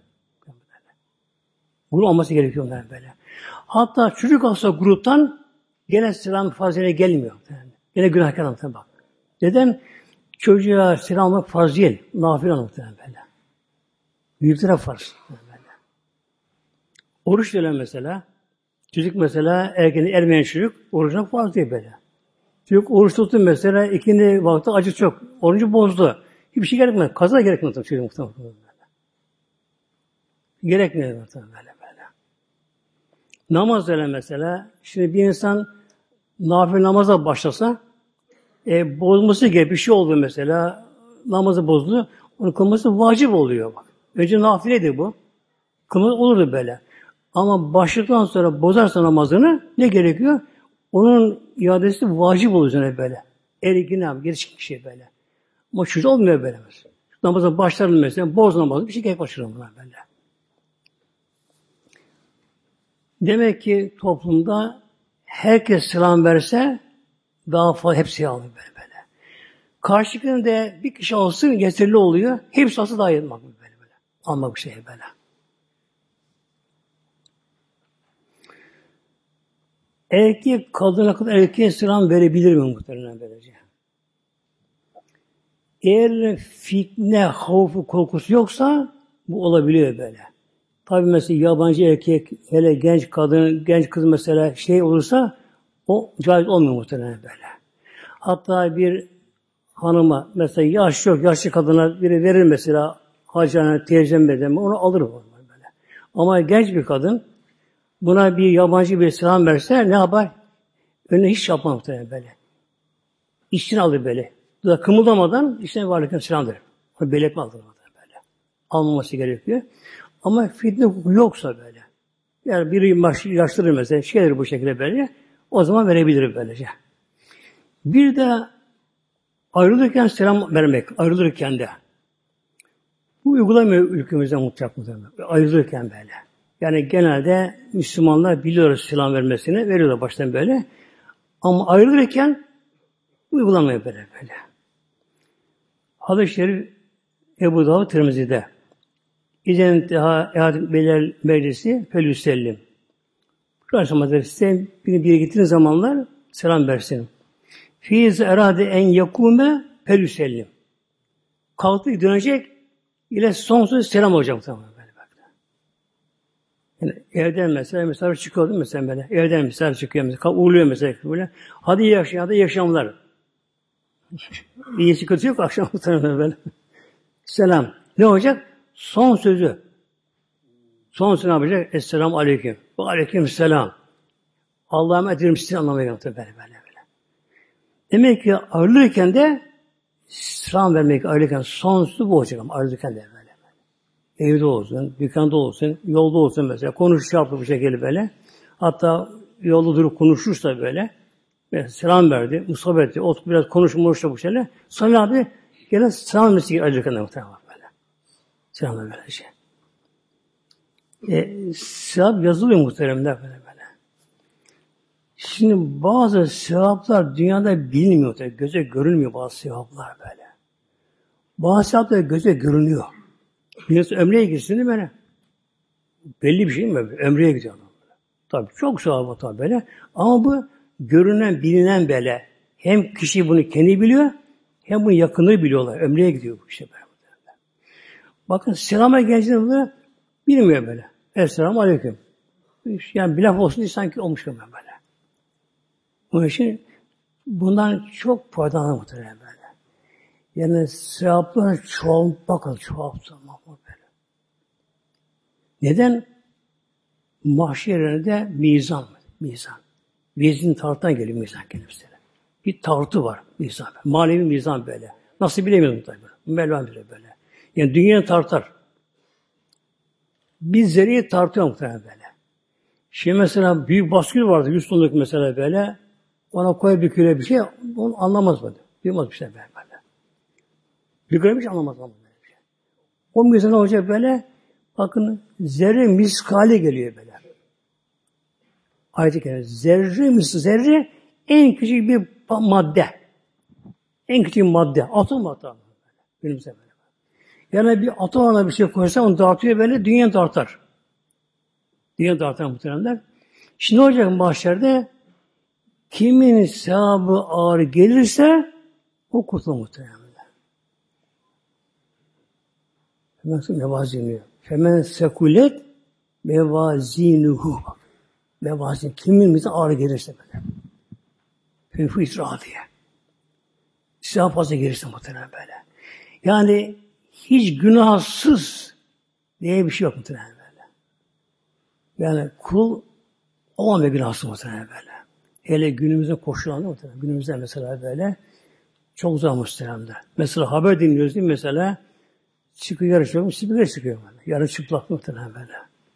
Grup olması gerekiyor onların böyle. Hatta çocuk olsa gruptan gene selam faziline gelmiyor. Gene günahkar muhtemelen bak. Neden? Çocuğa selam almak farz değil. Nafile muhtemelen böyle. Büyüklere farz. Böyle. Oruç diyorlar mesela. Çocuk mesela ermeyen çocuk orucuna farz değil böyle. Çocuk oruç tuttu mesela ikindi vakti acı çok. Orucu bozdu. Hiçbir şey gerekmez. Kaza gerekmez çocuk muhtemelen. Gerekmiyor muhtemelen böyle. Namaz öyle mesela. Şimdi bir insan nafile namaza başlasa bozması gibi bir şey oldu mesela. Namazı bozdu. Onun kılması vacip oluyor bak. Önce nafileydi bu. Kılması olurdu böyle. Ama başladıktan sonra bozarsa namazını ne gerekiyor? Onun iadesi vacip oluyor böyle. Ergin gelişik bir şey böyle. Ama çocuk olmuyor böyle mesela. Namaza başlarım mesela. Boz namazı bir şey gerek başlarım buna böyle. Demek ki toplumda herkes selam verse daha fazla hepsi alır böyle. Karşılıkında bir kişi olsun yeterli oluyor. Hepsi olsa daha iyi almak böyle. Almak bir şey böyle. Erkek kadına kadar erkeğe selam verebilir mi muhtemelen böylece? Eğer fitne, havfu, korkusu yoksa bu olabiliyor böyle. Tabi mesela yabancı erkek, hele genç kadın, genç kız mesela şey olursa o caiz olmuyor muhtemelen böyle. Hatta bir hanıma mesela yaşlı kadına biri verir mesela hacana, teyzem bedeme onu alır böyle. Ama genç bir kadın buna bir yabancı bir selam verse ne yapar? Önüne hiç yapmaz muhtemelen böyle. İçine alır böyle. Daha kımıldamadan içine varlıktan selam verir. O belirtme alır böyle. Almaması gerekiyor. Ama fitne hukuku yoksa böyle. Yani biri yaşlıdır mesela, şeydir bu şekilde böyle. O zaman verebilir böylece. Bir de ayrılırken selam vermek, ayrılırken de. Bu uygulamıyor ülkemizde mutlaka. Ayrılırken böyle. Yani genelde Müslümanlar biliyoruz selam vermesini, veriyorlar baştan böyle. Ama ayrılırken uygulamıyor böyle. Hadis-i Şerif Ebu Davud Tirmizi'de. İzen teha ehadim beler meclisi felüsellim. Aleyhisselam Hazretleri size bir gittiğiniz zamanlar selam versin. Fiiz erade en yakume felüsellim. Kalktı dönecek ile sonsuz selam olacak. Yani evden mesela misafir çıkıyor değil mi mesela böyle? Evden misafir çıkıyor mesela. Uğurluyor mesela böyle. Hadi iyi akşamlar, hadi iyi akşamlar. İyi sıkıntı yok akşam böyle. Selam. Ne olacak? Son sözü. Son sözü ne yapacak? Esselamu aleyküm. Ve aleyküm selam. Allah'a emanet ederim sizi anlamaya böyle. Demek ki ayrılırken de selam vermek ayrılırken son sözü bu olacak ama ayrılırken de böyle. Evde olsun, dükkanda olsun, yolda olsun mesela. Konuşacak bu şekilde böyle. Hatta yolda durup konuşursa böyle. Selam verdi, musabbet etti. Oturup biraz konuşmuştu bu şeyle. Sonra abi gene selam vermesi ayrılırken de muhtemelen böyle. Selam böyle şey. Sevap yazılıyor muhteremler böyle. Şimdi bazı sevaplar dünyada bilinmiyor. Göze görünmüyor bazı sevaplar böyle. Bazı sevaplar göze görünüyor. Birisi ömreye gitsin değil mi böyle? Belli bir şey mi? Ömreye gidiyor adam. Tabii çok sevap tabii böyle. Ama bu görünen, bilinen böyle. Hem kişi bunu kendi biliyor, hem bunu yakınlığı biliyorlar. Ömreye gidiyor bu işte böyle. Bakın selama geldiğinde bilmiyor böyle. Esselamu aleyküm. Yani bir laf olsun diye sanki olmuş gibi böyle. Onun için bundan çok faydalanır muhtemelen böyle. Yani sevapları çoğaltmak böyle. Neden? Mahşerinde mizan. Vezin tartıdan geliyor mizan kelimesine. Bir tartı var mizan. Manevi mizan böyle. Nasıl bilemiyorum tabii. Mevlam bilir böyle. Yani dünyanın tartar. Bir zerreyi tartıyor muhtemelen böyle. Şimdi mesela büyük baskül vardı. 100 tonluk mesela böyle. Ona koy bir kilo bir şey. Onu anlamaz böyle. Bilmez bir şey böyle. Bir kilo bir şey anlamaz. Böyle bir şey. O mizan olacak böyle. Bakın zerre miskali geliyor böyle. Ayet-i kerime. Zerre en küçük bir madde. En küçük madde. Atom hatta. Günümüzde böyle. Yani bir atom ana bir şey koysa onu dağıtıyor böyle. Dünya dağıtar. Dünya dağıtar muhtemelenler. Şimdi ne olacak mahşerde? Kimin sevabı ağır gelirse o kurtulur muhtemelen. Hemen mevaziniyor. Femen sekulet mevazinuhu. Mevazin kimimize ağır gelirse böyle. Hünfü itra diye. Size fazla gelirse muhtemelen böyle. Yani hiç günahsız diye bir şey yok muhtemelen böyle. Yani kul olamıyor günahsız muhtemelen böyle. Hele günümüzde koşulanlar muhtemelen. Günümüzde mesela böyle çok zor muhtemelen. Mesela haber dinliyoruz değil mi mesela? Çıkıyor yarışıyor, spiker çıkıyor böyle. Yarın çıplak muhtemelen böyle.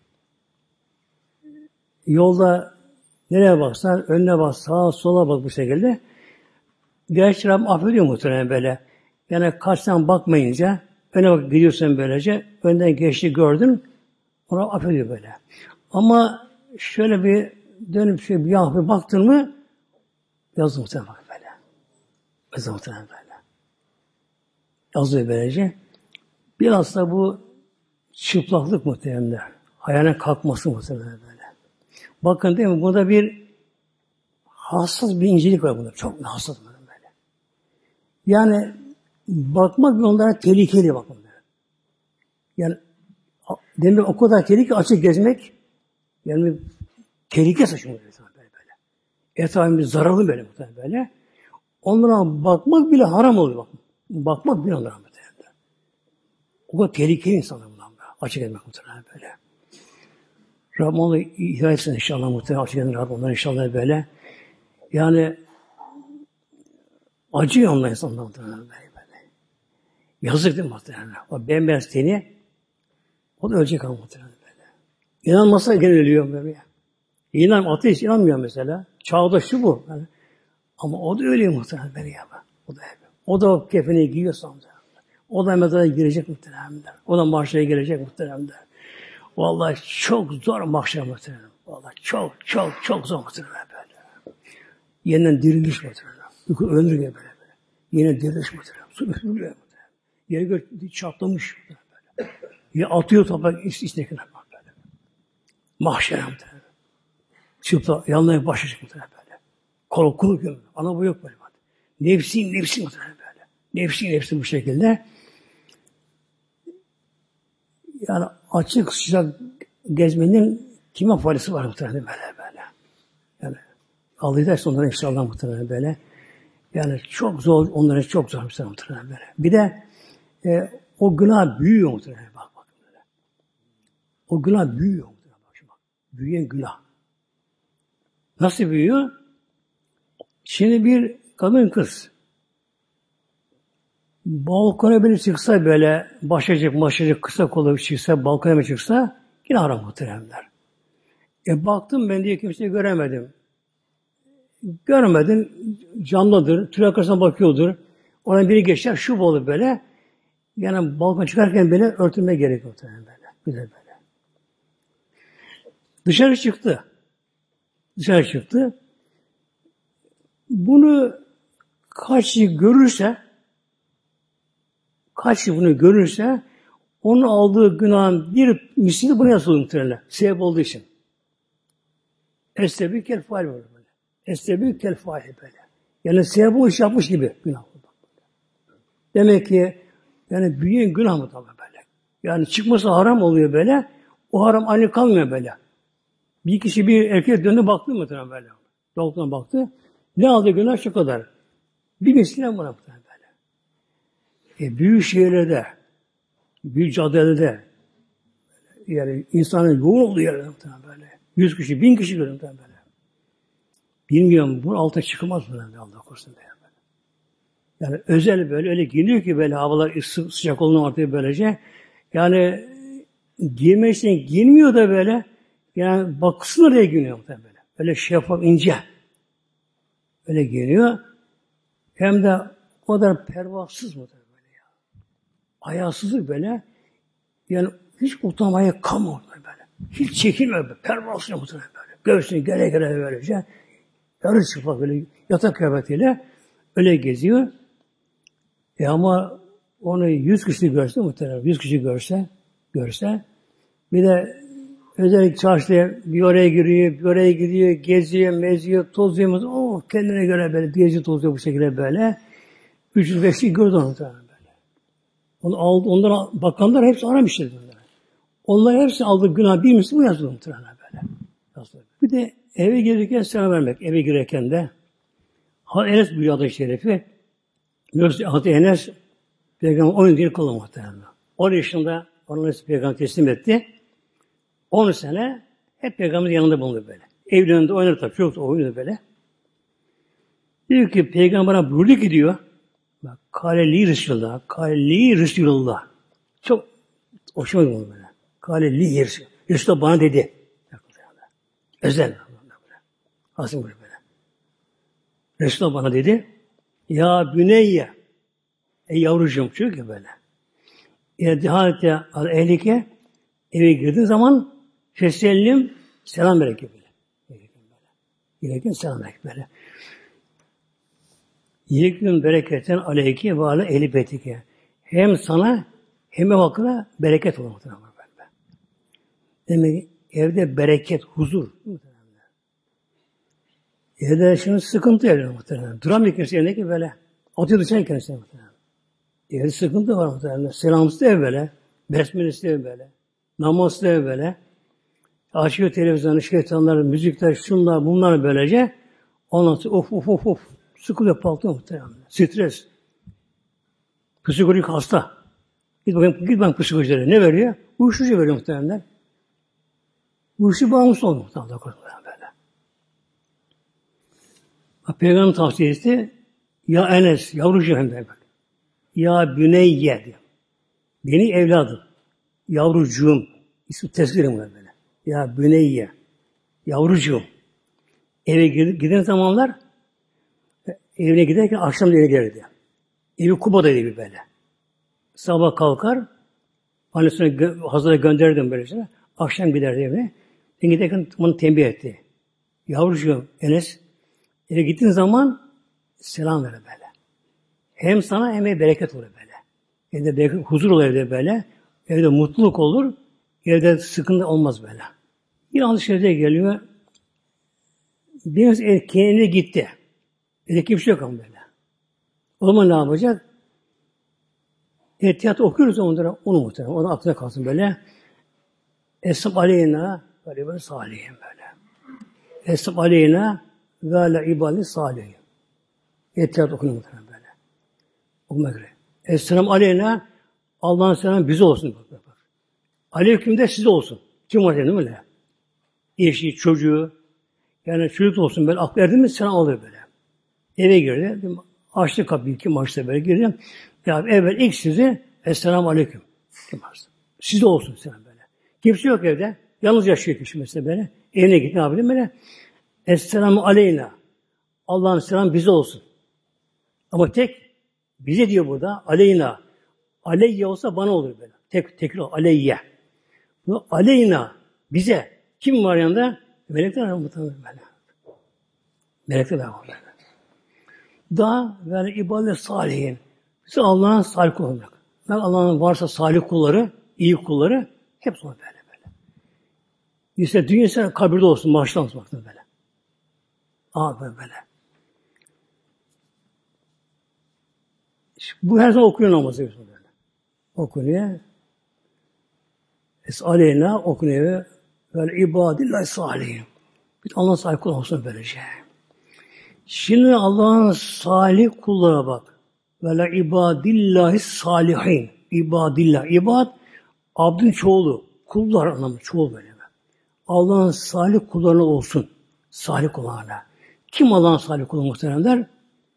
Yolda nereye baksan, önüne bak, sağa sola bak bu şekilde. Gerçi Rabbim affediyor muhtemelen böyle. Yani karşıdan bakmayınca, öne bak gidiyorsun böylece, önden geçti gördün, ona affediyor böyle. Ama şöyle bir dönüp şöyle bir yana baktın mı, yazdı muhtemelen böyle. Yazdı muhtemelen böyle. Yazıyor böylece. Biraz da bu çıplaklık muhtemelen. Hayale kalkması muhtemelen böyle. Bakın değil mi? Burada bir hassas bir incelik var bunda. Çok hassas böyle. Yani bakmak onlara tehlikeli bakın. Yani demek o kadar tehlikeli açık gezmek yani tehlike saçıyor böyle. Etrafın bir zararlı böyle böyle. Onlara bakmak bile haram oluyor bakın. Bakmak bile onlara böyle. O kadar tehlikeli insanlar bunlar. Açık etmek muhtemelen böyle. Rabbim onu hidayet etsin inşallah muhtemelen. Açık edin Rabbim onları inşallah böyle. Yani acıyor onlar insanlar muhtemelen böyle. Yazık değil mi muhtemelen? O bembeyaz teni o da ölecek ama muhtemelen böyle. İnanmasa gene ölüyor böyle. Ateist inanmıyor mesela. Çağdaşı bu. Yani. Ama o da ölüyor muhtemelen böyle ya. O da kefeni giyiyor sanırım. O da mezara girecek muhtemelen. O da mahşere girecek muhtemelen. Vallahi çok zor mahşer muhtemelen. Vallahi çok zor muhtemelen böyle. Yeniden diriliş muhtemelen. Öldürüyor böyle. Yine diriliş muhtemelen. Su üfürüyor muhtemelen. Yeri gök çatlamış böyle. Ya atıyor toprak içindekine böyle. Mahşer muhtemelen. Çıplak, yanına başlayacak muhtemelen böyle. Kolu görüyor. Ana bu yok böyle. Nefsi muhtemelen böyle. Nefsi bu şekilde. Yani açık sıcak gezmenin kime faydası var muhtemelen böyle. Yani Allah ederse onlara inşallah muhtemelen böyle. Yani çok zor, onlara çok zor muhtemelen böyle. Bir de o günah büyüyor muhtemelen bak böyle. O günah büyüyor muhtemelen bak. Büyüyen günah. Nasıl büyüyor? Şimdi bir kadın kız balkona biri çıksa böyle başacık kısa kolu çıksa balkona mı çıksa yine haram muhtemelenler. Baktım ben diye kimseyi göremedim. Görmedin camdadır, tül arkasına bakıyordur. Ona biri geçer şu olur böyle. Yani balkona çıkarken bile örtülme gerekiyor muhtemelen böyle. Güzel böyle. Dışarı çıktı. Bunu kaç kişi bunu görürse onun aldığı günahın bir misli buna yazılır muhtemelen. Sebep olduğu için. Estebük fail böyle. Estebük fail böyle. Yani sebep o iş yapmış gibi günah. Demek ki yani büyüyen günah mı tabi böyle. Yani çıkması haram oluyor böyle. O haram aynı kalmıyor böyle. Bir kişi bir erkek döndü baktı mı tabi böyle. Doktoruna baktı. Ne aldı günah şu kadar. Bir misliyle buna böyle. Büyük şehirlerde, büyük caddelerde yani insanın yoğun olduğu yerlerde böyle. 100 kişi, 1000 kişi görüyorum böyle. Bilmiyorum, bunun altına çıkılmaz mı? Allah korusun diye. Yani özel böyle, öyle giyiniyor ki böyle havalar sıcak olduğunu artık böylece. Yani giymek için giyinmiyor da böyle. Yani bakısın oraya giyiniyor böyle. Öyle şeffaf, ince. Öyle giyiniyor. Hem de o kadar pervasız mı böyle ya. Hayasızlık böyle. Yani hiç utanmaya kalmıyor böyle. Hiç çekinmiyor böyle. Pervasız mı böyle. Göğsünü gere böylece. Yarı çıplak böyle yatak kıyafetiyle öyle geziyor. Ama onu 100 kişi görse muhtemelen 100 kişi görse bir de özellikle çarşıya bir oraya giriyor, bir oraya gidiyor, geziyor, meziyor, tozuyor. Kendine göre böyle geziyor, tozuyor bu şekilde böyle. 305 kişi gördü onu muhtemelen böyle. Ondan bakanlar hepsi aramıştır bunları. Onlar hepsi aldığı günah bir misli bu yazılı muhtemelen böyle. Bir de eve girerken selam vermek. Eve girerken de Enes buyuruyor adı şerifi. Yoksa Hazreti Enes Peygamber 10 yıl kıldı muhtemelen. 10 yaşında ona Peygamber teslim etti. 10 sene hep Peygamberin yanında bulundu böyle. Evlerinde oynar tabii. Çok da oynuyor böyle. Diyor ki Peygamber'e buyurdu ki diyor. Bak, Kâle-li Resulullah. Kâle-li Resulullah. Çok hoşuma gidiyor böyle. Kâle-li Resulullah. Resulullah bana dedi. Özel. Asım böyle. Resulullah bana dedi. Ya büneyye. Ey yavrucuğum çünkü böyle. İddihalete al-ehlike eve girdiğin zaman fesellim selam verek böyle. Girerken selam verek böyle. Yekün bereketen aleyke ve ale ehli betike. Hem sana hem ev halkına bereket olur muhtemelen. Demek ki evde bereket, huzur. Evde şimdi sıkıntı evde muhtemelen. Duramıyor kimse evdeki böyle. Atıyor dışarı kendisi muhtemelen. Evde sıkıntı var muhtemelen. Selamsız ev böyle. Besmelesiz ev böyle. Namazsız ev böyle. Açıyor televizyonu, şeytanlar, müzikler, şunlar, bunlar böylece. Ondan sonra of. Sıkılıyor, patlıyor muhtemelen. Stres. Psikolojik hasta. Git bakayım psikolojilere. Ne veriyor? Uyuşturucu veriyor muhtemelen. Uyuşturucu bağımlısı olmuş muhtemelen. Böyle. Peygamber tavsiyesi ya Enes, yavrucuğum hem de bak. Ya Büneyye diyor. Beni evladım. Yavrucuğum. İsmi tezgirim buna böyle. Ya Büneyye. Yavrucuğum. Eve giden zamanlar evine giderken akşam da eve gelirdi. Evi Kuba'daydı böyle. Sabah kalkar, annesine hazıra gönderirdim böylece. Akşam giderdi evine. Ben giderken onu tembih etti. Yavrucuğum Enes, eve gittiğin zaman selam ver böyle. Hem sana hem de bereket olur böyle. Evde bereket, huzur olur evde böyle. Evde mutluluk olur. Evde sıkıntı olmaz böyle. Bir an dışarıda geliyor. Biraz kendine gitti. Evde kimse yok ama böyle. O zaman ne yapacak? Tiyatro okuyoruz onlara, onu muhtemelen. O da aklına kalsın böyle. Esnaf aleyhina böyle böyle salihim böyle. Esnaf aleyhina ve ala ibadin salihim. Tiyatro okunuyor muhtemelen böyle. Okuma göre. Esselam aleyhina Allah'ın selamı bize olsun. Bak. Aleyküm de size olsun. Kim var değil mi öyle? Eşi, çocuğu, yani çocuk olsun böyle. Aklı erdi mi selam alır böyle. Eve girdi. Açtı kapıyı. Kim açtı böyle girdi. Ya evvel ilk sizi Esselamu Aleyküm. Kim varsa. Size olsun selam böyle. Kimse yok evde. Yalnız yaşıyor kişi mesela böyle. Evine git ne yapayım böyle. Esselamu Aleyna. Allah'ın selamı bize olsun. Ama tek bize diyor burada Aleyna. Aleyye olsa bana olur böyle. Tekrar Aleyye. Bu Aleyna bize. Kim var yanında? Melekler var muhtemelen böyle. Melekler var böyle. Daha böyle ibadet salihin. Bize Allah'ın salih kulu olacak. Allah'ın varsa salih kulları, iyi kulları hepsi böyle. İşte dünyası kabirde olsun, maaşlı olsun baktım böyle. Böyle. İşte bu her zaman okuyor namazı böyle. Okunuyor. Es-aleyna okunuyor. Böyle ibadillahi salih. Bir Allah'ın salih kulu olsun böylece. Şimdi Allah'ın salih kullara bak. Böyle ibadillahi salihin. İbadillah. İbad, abdün çoğulu. Kullar anlamı. Çoğul böyle. Allah'ın salih kullarına olsun. Salih kullarına. Kim Allah'ın salih kulu muhteremler?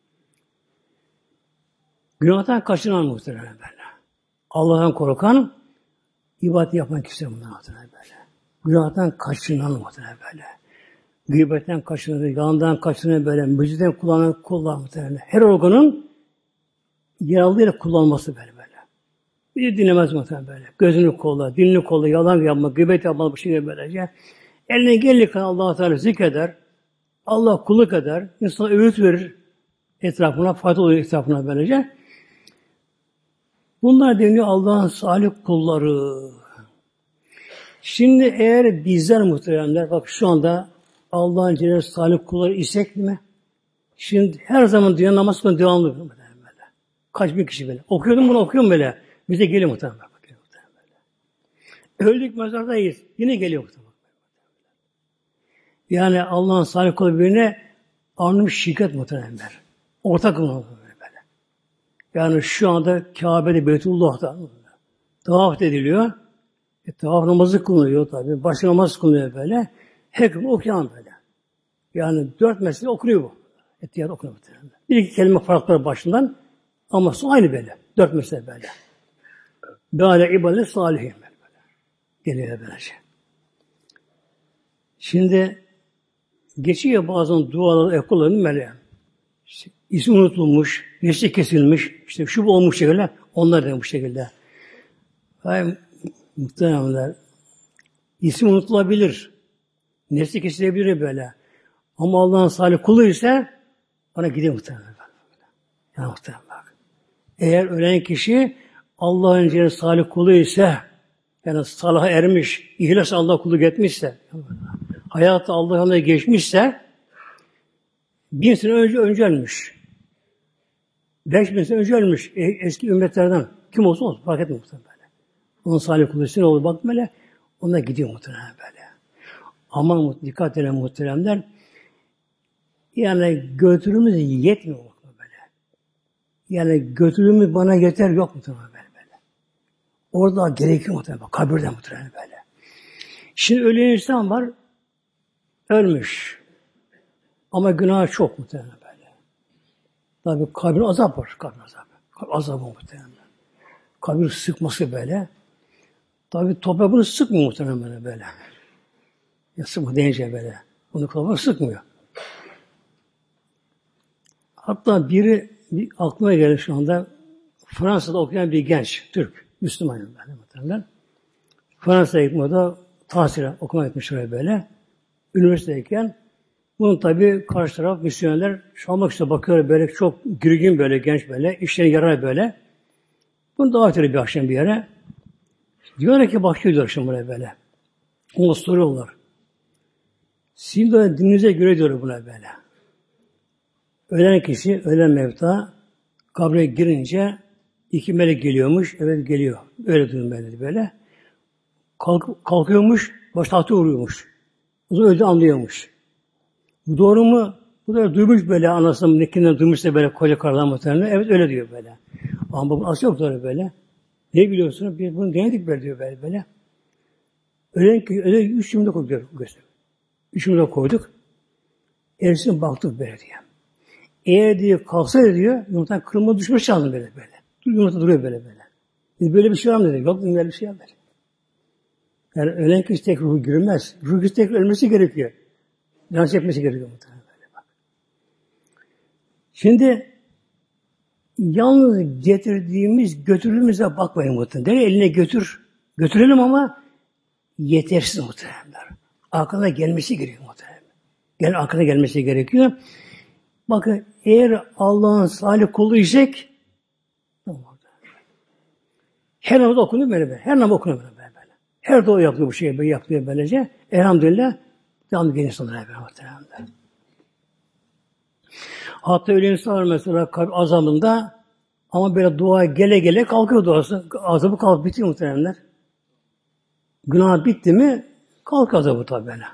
Günahtan kaçınan muhteremler böyle. Allah'tan korkan, ibadet yapan kimse bunlar muhteremler böyle. Günahtan kaçınan muhteremler böyle. Gıybetten kaçınan, yalandan kaçınan böyle, müzikten kullanan kullar muhteremler. Her organın yaralıyla kullanması böyle. Bir dinlemez muhtemelen böyle. Gözünü kolla, dilini kolla, yalan yapma, gıybet yapma bu şekilde böylece. Eline geldiği kadar Allah-u Teala zikreder. Allah kulluk eder. İnsana öğüt verir etrafına, fayda olur etrafına böylece. Bunlar deniyor Allah'ın salih kulları. Şimdi eğer bizler muhteremler, bak şu anda Allah'ın Celle salih kulları isek mi? Şimdi her zaman dünya namaz kılın devamlı böyle. Kaç bin kişi böyle. Okuyordum bunu, okuyorum böyle. Bize geliyor muhtemelen. Öldük mezardayız. Yine geliyor muhtemelen. Yani Allah'ın salih kulu birine anlamış şirket muhtemelenler. Ortak kılınır böyle. Yani şu anda Kabe'de Beytullah'ta tavaf ediliyor. Tavaf namazı kılınıyor tabi. Baş namazı kılınıyor böyle. Her gün okuyan böyle. Yani 4 mesele okunuyor bu. Etiyat okunuyor muhtemelen. Bir iki kelime farkları başından ama son aynı böyle. 4 mesele böyle. Böyle ibadet salihin böyle. Geliyor böylece. Şimdi geçiyor bazen duaları, okulların böyle. İşte ismi unutulmuş, nesli kesilmiş, işte şu bu olmuş şekilde, onlar da bu şekilde. Hayır, muhtemelenler, ismi unutulabilir, nesli kesilebilir böyle. Ama Allah'ın salih kulu ise bana gidiyor muhtemelen. Ya muhtemelen bak. Eğer ölen kişi Allah'ın Celle salih kulu ise, yani salaha ermiş, ihlas Allah kulluk etmişse, hayatı Allah'ın geçmişse, 1000 sene önce ölmüş. 5000 sene önce ölmüş. Eski ümmetlerden. Kim olsa olsun. Fark etmiyor muhtemelen böyle. Onun salih kulu ne olur bak böyle. Ona gidiyor muhtemelen böyle. Ama dikkat edin muhteremler. Yani götürümüz yetmiyor böyle. Yani götürümüz bana yeter yok muhtemelen böyle. Orada gerekiyor muhtemelen. Kabirden muhtemelen böyle. Şimdi ölen insan var. Ölmüş. Ama günah çok muhtemelen böyle. Tabi kabir azap var. Kabir azabı. Azabı muhtemelen. Kabir sıkması böyle. Tabi toprak bunu sıkmıyor muhtemelen böyle. Ya sıkma deyince böyle. Bunu toprak sıkmıyor. Hatta bir aklıma geldi şu anda. Fransa'da okuyan bir genç, Türk, Müslüman böyle muhtemelen. Fransa'ya gitmede tahsile okuma gitmiş oraya böyle. Üniversitedeyken bunun tabi karşı taraf misyonerler şu almak işte bakıyor böyle çok girgin böyle genç böyle işleri yarar böyle. Bunu davet ediyor bir akşam bir yere. Diyorlar ki bakıyorlar şimdi buraya böyle. Onu soruyorlar. Sizin de dininize göre diyor buna böyle. Ölen kişi, ölen mevta kabre girince 2 melek geliyormuş. Evet geliyor. Öyle durum böyle. Kalkıyormuş, baş tahtı vuruyormuş. O zaman öldü anlıyormuş. Bu doğru mu? Bu da duymuş böyle anasının nekinden duymuşsa böyle koca karıdan muhtemelen. Evet öyle diyor böyle. Ama bunun aslı yok böyle. Ne biliyorsun? Biz bunu denedik böyle diyor böyle. Öyle 3 cümle koyduk. 3 cümle koyduk. Ersin baktık böyle diyor. Eğer diyor kalksaydı diyor yumurtadan kırılma düşmüş lazım böyle. Yumurta duruyor böyle. Biz böyle bir şey var mı dedik. Yok böyle bir şey var. Yani ölen kişi tek ruhu girmez. Ruhu kişi tek ölmesi gerekiyor. Dans etmesi gerekiyor muhtemelen böyle bak. Şimdi yalnız getirdiğimiz götürümüze bakmayın muhtemelen. Eline götürelim ama yetersiz muhtemelen. Aklına gelmesi gerekiyor muhtemelen. Aklına gelmesi gerekiyor. Bakın eğer Allah'ın salih kulu isek her namaz okunuyor böyle. Her namaz okunuyor böyle. Her dua yapıyor bu şeyi böyle yapıyor böylece. Elhamdülillah devam ediyor insanlara muhtemelen. Hatta öyle insanlar mesela kalp azabında ama böyle dua gele kalkıyor duası. Azabı kalkıp bitiyor muhtemelenler. Günah bitti mi kalk azabı tabi böyle.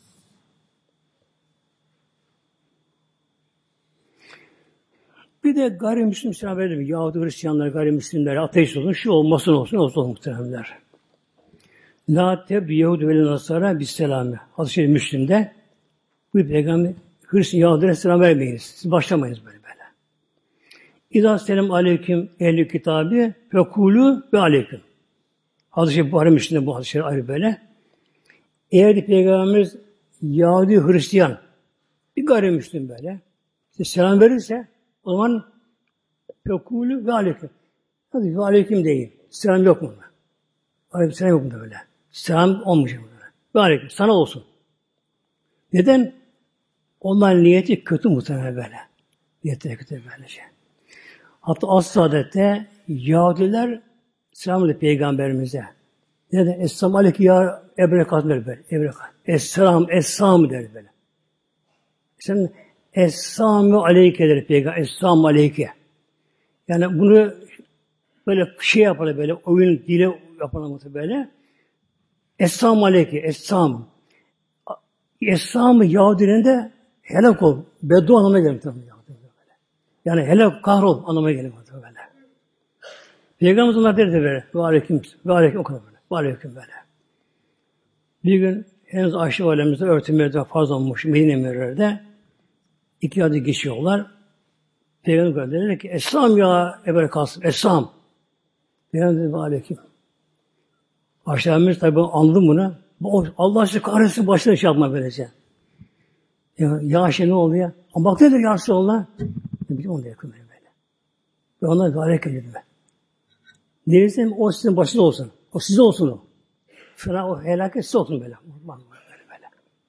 Bir de gayrimüslim Müslüman verelim. Yahudi Hristiyanlar, gayrimüslimler, ateist olsun, şu olsun muhtemelenler. La tebdü Yehudi ve Nasara bis selami. Hadis-i Şerif Müslim'de bu peygamber Hristiyan Yahudi'ne selam vermeyiniz. Siz başlamayınız böyle. İzâ selam aleyküm ehl-i kitabı fekûlû ve aleyküm. Hadis-i Şerif Buhari Müslim'de bu hadis-i şerif ayrı böyle. Eğer de peygamberimiz Yahudi Hristiyan bir gayrimüslim böyle size selam verirse o zaman fekûlû ve aleyküm. Hadi ve aleyküm deyin. Selam yok mu? Aleyküm selam yok mu böyle? Selam olmayacak böyle. Ve aleyküm sana olsun. Neden? Onların niyeti kötü muhtemelen böyle. Niyeti kötü böylece. Hatta As-Saadet'te Yahudiler selam ediyor Peygamberimize. Ne de Esselamu Aleyke ya Ebrekat der böyle. Ebrekat. Esselamu der böyle. Sen Esselamu Aleyke der Peygamber. Esselamu Aleyke. Yani bunu böyle şey yaparlar böyle oyun dili yaparlar böyle. Esselamu Aleyke. Esselamu. Esam-ı Yahudilerinde helak ol. Beddua anlamına gelir. Yani helak kahrol anlamına gelir. Böyle. Peygamberimiz onlar derdi böyle. Ve aleyküm. Ve aleyküm o kadar böyle. Ve aleyküm böyle. Bir gün henüz Ayşe Validemizde örtünmeye farz olmuş Medine Münevvere'de 2 adı geçiyorlar. Peygamber dedi ki Esam ya Ebu Kasım. Esam. Peygamber dedi ve aleyküm. Ayşe Validemiz tabi anladım bunu. Allah aşkına kahretsin başına şey yapma böylece. Ya Ayşe ne oldu ya? Ama bak nedir ya Resulallah? Bir onu da yakın böyle. Ve ona aleyküm dedim ben. Neyse o sizin başınız olsun. O size olsun o. Sonra o helaket size olsun böyle. Böyle.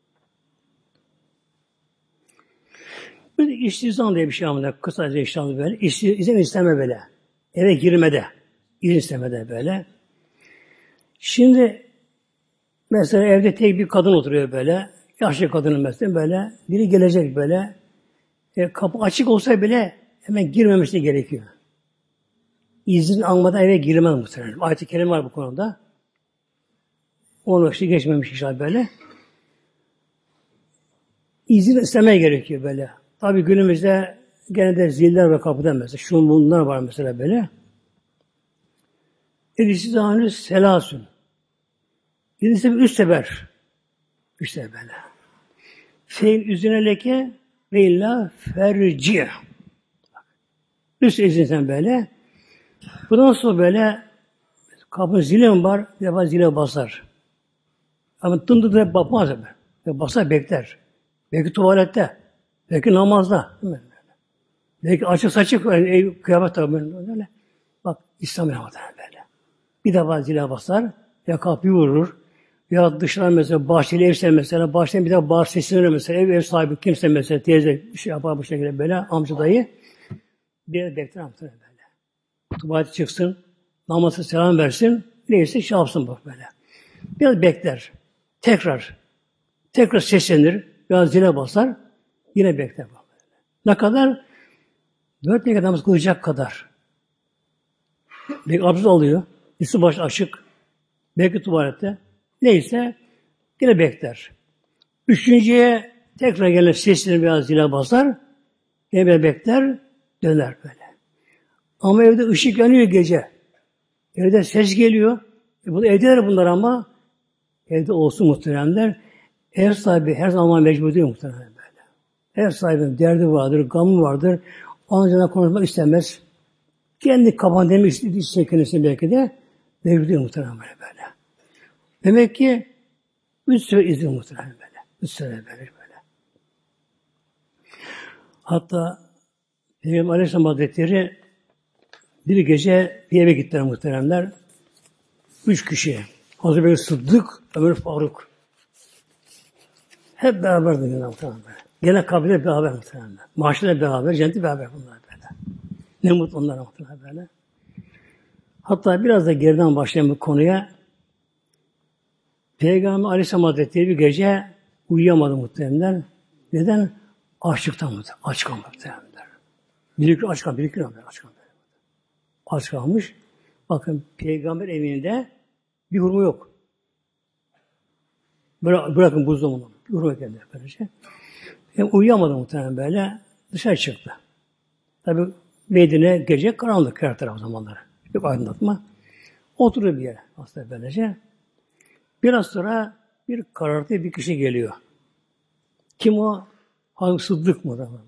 Bir de istizan diye bir şey ama kısaca işlemde böyle. İzin isteme böyle. Eve girmede. İzin istemede böyle. Şimdi mesela evde tek bir kadın oturuyor böyle. Yaşlı kadının mesela böyle. Biri gelecek böyle. Kapı açık olsa bile hemen girmemesi gerekiyor. İzin almadan eve girmez muhtemelen. Ayet-i Kerim var bu konuda. Onu işte geçmemiş inşallah böyle. İzin istemeye gerekiyor böyle. Tabii günümüzde gene de ziller ve kapıda mesela. Şun bunlar var mesela böyle. İstizanü selasün. Birisi bir 3 sefer. 3 sefer böyle. Feyn üzerine leke ve illa ferci. 3 izin sen böyle. Bundan sonra böyle kapı zili mi var? Bir defa zile basar. Ama dındı bakmaz böyle. Basar bekler. Belki tuvalette. Belki namazda. Belki açık saçık kıyamet tabi böyle. Bak İslam rahmetine böyle. Bir defa zile basar. Ya kapıyı vurur. Ya dışarı mesela bahçeli evse mesela bahçeden bir defa bağır seslenir mesela. Ev sahibi kimse mesela teyze bir şey yapar bu şekilde böyle amca dayı. Bir yere bekler amca böyle. Tuvalete çıksın. Namazı selam versin. Neyse şey yapsın bak böyle. Biraz bekler. Tekrar seslenir. Biraz zile basar. Yine bekler. Ne kadar? 4 rekat namaz kılacak kadar. Belki abdest alıyor. Üstü başı açık. Belki tuvalette. Neyse yine bekler. 3.'ye tekrar gelir seslenir biraz zile basar. Yine bekler. Döner böyle. Ama evde ışık yanıyor gece. Evde ses geliyor. Bu evdeler bunlar ama evde olsun muhteremler. Ev sahibi her zaman mecbur değil muhteremler böyle. Ev sahibinin derdi vardır, gamı vardır. Onunla konuşmak istemez. Kendi kapan demek istediği kendisi belki de mecbur değil muhteremler böyle. Demek ki 3 süre izin muhteremler böyle. 3 süre böyle. Hatta Peygamber Aleyhisselam Hazretleri bir gece bir eve gittiler muhteremler. 3 kişi. Hazreti Bekir Sıddık, Ömer Faruk. Hep beraberdi gene muhteremler. Gene kabile beraber muhteremler. Maaşıyla beraber, cenneti beraber bunlar böyle. Ne mutlu onlara muhteremler böyle. Hatta biraz da geriden başlayalım bu konuya. Peygamber Aleyhisselam Hazretleri bir gece uyuyamadı muhteremler. Neden? Açlıktan muhteremler. Aç kalmış muhteremler. Aç kalmış. Bakın peygamber evinde bir hurma yok. Bırakın buzdolabını. Bir hurma geldi böylece. Uyuyamadı muhtemelen böyle. Dışarı çıktı. Tabi Medine gece karanlık her taraf zamanları. Yok aydınlatma. Oturuyor bir yere aslında böylece. Biraz sonra bir karartı bir kişi geliyor. Kim o? Hazreti Sıddık mı? Böyle.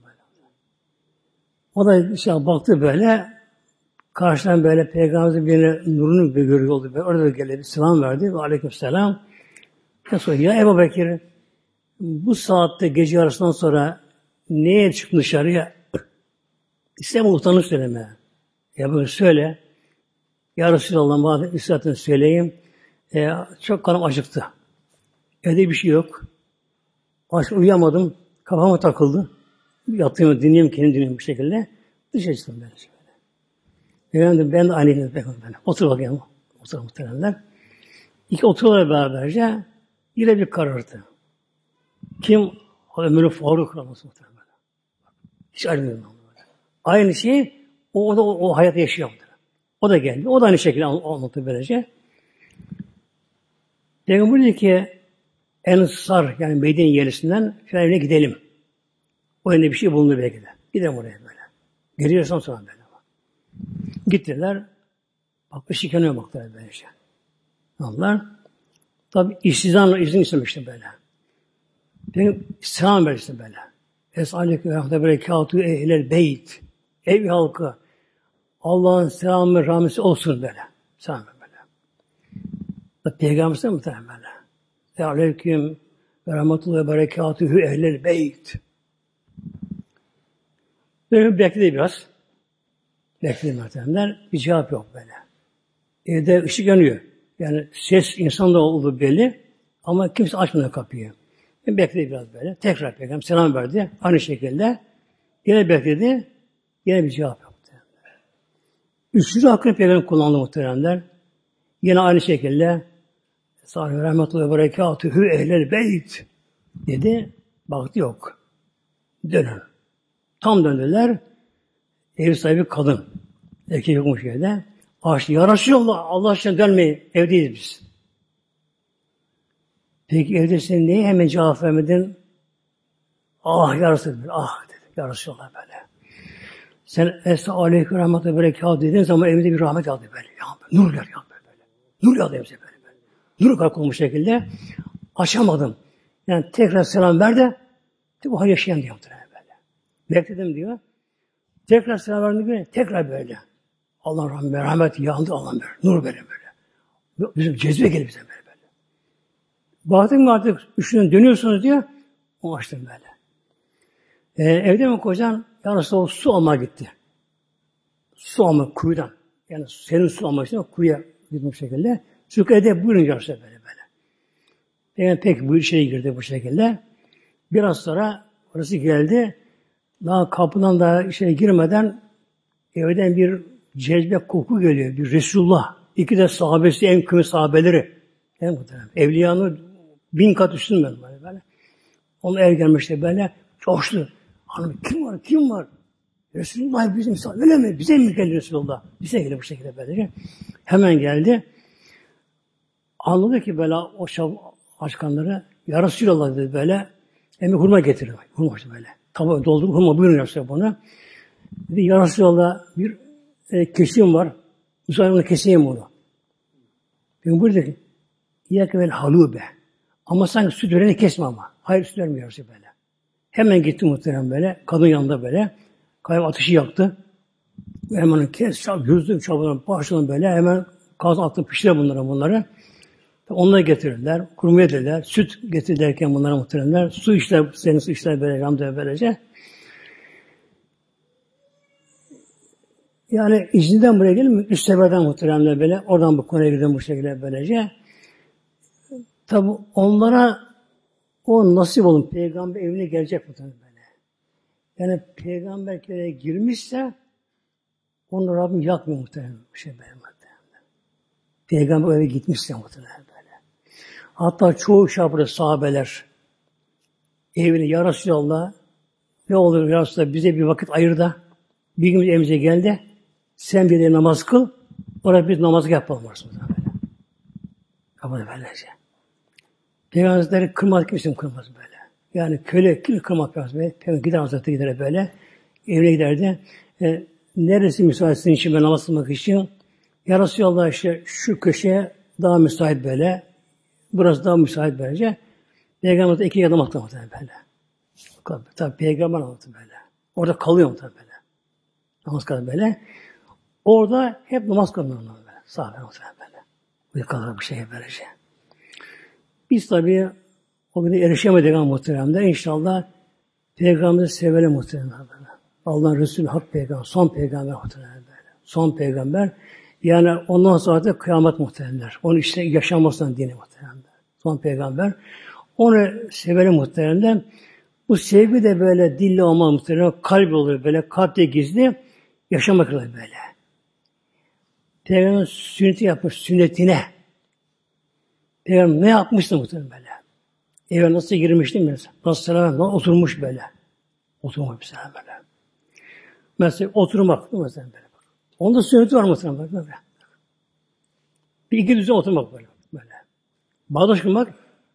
O da işte baktı böyle. Karşıdan böyle Peygamberimizin birine nurunu görüyor oldu. Orada gelip selam verdi ve aleykümselam. Ya Ebu Bekir bu saatte gece yarısından sonra neye çıktın dışarıya? İstem'e utanır söyleme. Ya böyle söyle. Ya Resulallah bana İslam'ını söyleyeyim. Çok kanım acıktı. Evde bir şey yok. Uyuyamadım. Kafama takıldı. Yatıyorum, dinliyorum, kendim dinliyorum bir şekilde. Dışarı çıktım ben. Efendim ben de aynı ben. Otur bakayım. Otur muhtemelenler. İki otururlar beraberce. Yine bir karartı. Kim? Ömer Faruk Ramazan muhtemelen. Hiç ayrılmıyor. Aynı şey o hayatı yaşıyor. O da geldi. O da aynı şekilde anlattı böylece. Peygamber dedi ki Ensar yani Medine yerlisinden şu evine gidelim. O evinde bir şey bulundu belki de. Gidelim oraya böyle. Geliyorsam sonra böyle. Gittiler. Bak şikayene baktılar böyle şey. Onlar tabi işsizanla izin istemişti böyle. Benim selam vermişti böyle. Es-alekü ve rahmetullahi berekâtuhu ehlel beyt. Ev halkı. Allah'ın selamı, rahmeti olsun böyle. Selam böyle. Peygamber de muhtemelen böyle. Es-aleküm ve rahmetullahi berekâtuhu ehlel beyt. Böyle bekledi biraz. Bekledi muhtemelen. Bir cevap yok böyle. Evde ışık yanıyor. Yani ses insanda olduğu belli. Ama kimse açmadı kapıyı. Bekledi biraz böyle. Tekrar peygamber selam verdi. Aynı şekilde. Yine bekledi. Yine bir cevap yoktu. Üçüncü hakkını peygamber kullandı muhteremler. Yine aynı şekilde Sallallahu rahmetullahi ve berekâtuhu ehlel beyt dedi. Baktı yok. Dönün. Tam döndüler. Ev sahibi kadın. Erkek yokmuş evde. Açtı. Ya Resulallah, Allah aşkına dönmeyin. Evdeyiz biz. Peki evdesin niye hemen cevap vermedin? Ah ya Resulallah. Ah dedi. Ya Resulallah böyle. Sen Es-aleyküm rahmetullahi ve berekâtuhu dediğin zaman evimde bir rahmet aldı böyle. Ya, nur gel ya böyle. Nur aldı evimize böyle. Nur kalkılmış şekilde. Açamadım. Yani tekrar selam ver de bu hal yaşayan diyor. Böyle. Bekledim diyor. Tekrar selam verdim diyor. Tekrar böyle. Allah'ın rahmeti yandı Allah'ın böyle. Nur böyle. Bizim cezbe gelip bize böyle. Baktım artık üçünden dönüyorsunuz diyor. O açtım böyle. Evde mi kocan? Ya Resulallah su almaya gitti. Su almak kuyudan. Yani senin su almak için kuyuya gitmiş şekilde. Çünkü evde buyurun görse böyle. Yani pek bu işe girdi bu şekilde. Biraz sonra orası geldi. Daha kapıdan da işe girmeden evden bir cezbe koku geliyor. Bir Resulullah. İki de sahabesi en kıymetli sahabeleri. En muhtemelen. Evliyanın 1000 kat üstün böyle. Onun ev gelmişti böyle. Coştu. Hanım kim var? Resulullah bizim öyle mi? Bize mi geldi Resulullah? Bize geldi bu şekilde böylece. Hemen geldi. Anladı ki böyle o açkanları ya Resulallah dedi böyle. Hem hurma getirin. Hurma işte böyle. Tabağı doldurup hurma buyurun yapsa bana. Dedi ya Resulallah bir kesim var. Müsaade onu keseyim onu. Ben burada ki İyyâke vel halûbe. Ama sanki süt vereni kesme ama. Hayır süt vermiyor böyle. Hemen gitti muhterem böyle. Kadın yanında böyle. Kayıp ateşi yaktı. Hemen kes, yüzdüm çabudan başladım böyle. Hemen kaz attı pişire bunları. Onları getirirler. Kurma yedirler. Süt getirirlerken bunlara muhteremler. Su işler, senin su işler böyle. Ramda böylece. Yani İzni'den buraya gelin mi? Üst seferden muhteremler böyle. Oradan bu konuya gidelim bu şekilde böylece. Tabi onlara o nasip olun. Peygamber evine gelecek muhtemelen böyle. Yani peygamberlere girmişse onu Rabbim yakmıyor muhtemelen. Bir şey böyle muhtemelen. Peygamber eve gitmişse muhtemelen böyle. Hatta çoğu şabırı sahabeler evine ya Resulallah ne olur ya Resulallah bize bir vakit ayır da bir gün evimize geldi. Sen bir de namaz kıl. Orada biz namazı yapalım. Kapıda böylece. Peygamberleri kırmaz kimse kırmaz böyle. Yani köle kırmak lazım. Peygamber gider Hazreti gider böyle. Evine giderdi. Neresi müsaitsin için ben namaz kılmak için? Ya Resulallah işte şu köşeye daha müsait böyle. Burası daha müsait böylece. Peygamber de 2 adım attı böyle. Tabi Peygamber anlattı böyle. Orada kalıyor tabi böyle. Namaz kılıyor böyle. Orada hep namaz kılıyor böyle. Sahabe böyle. Uykalır bir şey böylece. Biz tabi o gün erişemedik ama muhteremde. İnşallah Peygamber'i sevelim muhteremde. Allah'ın Resulü Hak Peygamber, son Peygamber muhteremde böyle. Son Peygamber. Yani ondan sonra da kıyamet muhteremler. Onun işte yaşanmasından dini muhteremde. Son Peygamber. Onu sevelim muhteremde. Bu sevgi de böyle dille olmaz muhteremde. Kalp olur böyle. Kalpte gizli. Yaşamak olur böyle. Peygamber sünneti yapmış. Sünnetine. Peygamber ne yapmıştı muhtemelen böyle. Eve nasıl girmişti mesela. Nasıl selam oturmuş böyle. Oturmuş mesela böyle. Mesela oturmak mesela böyle. Onda sünneti var muhtemelen böyle. Bir iki düzen oturmak böyle. Bağdaş kılmak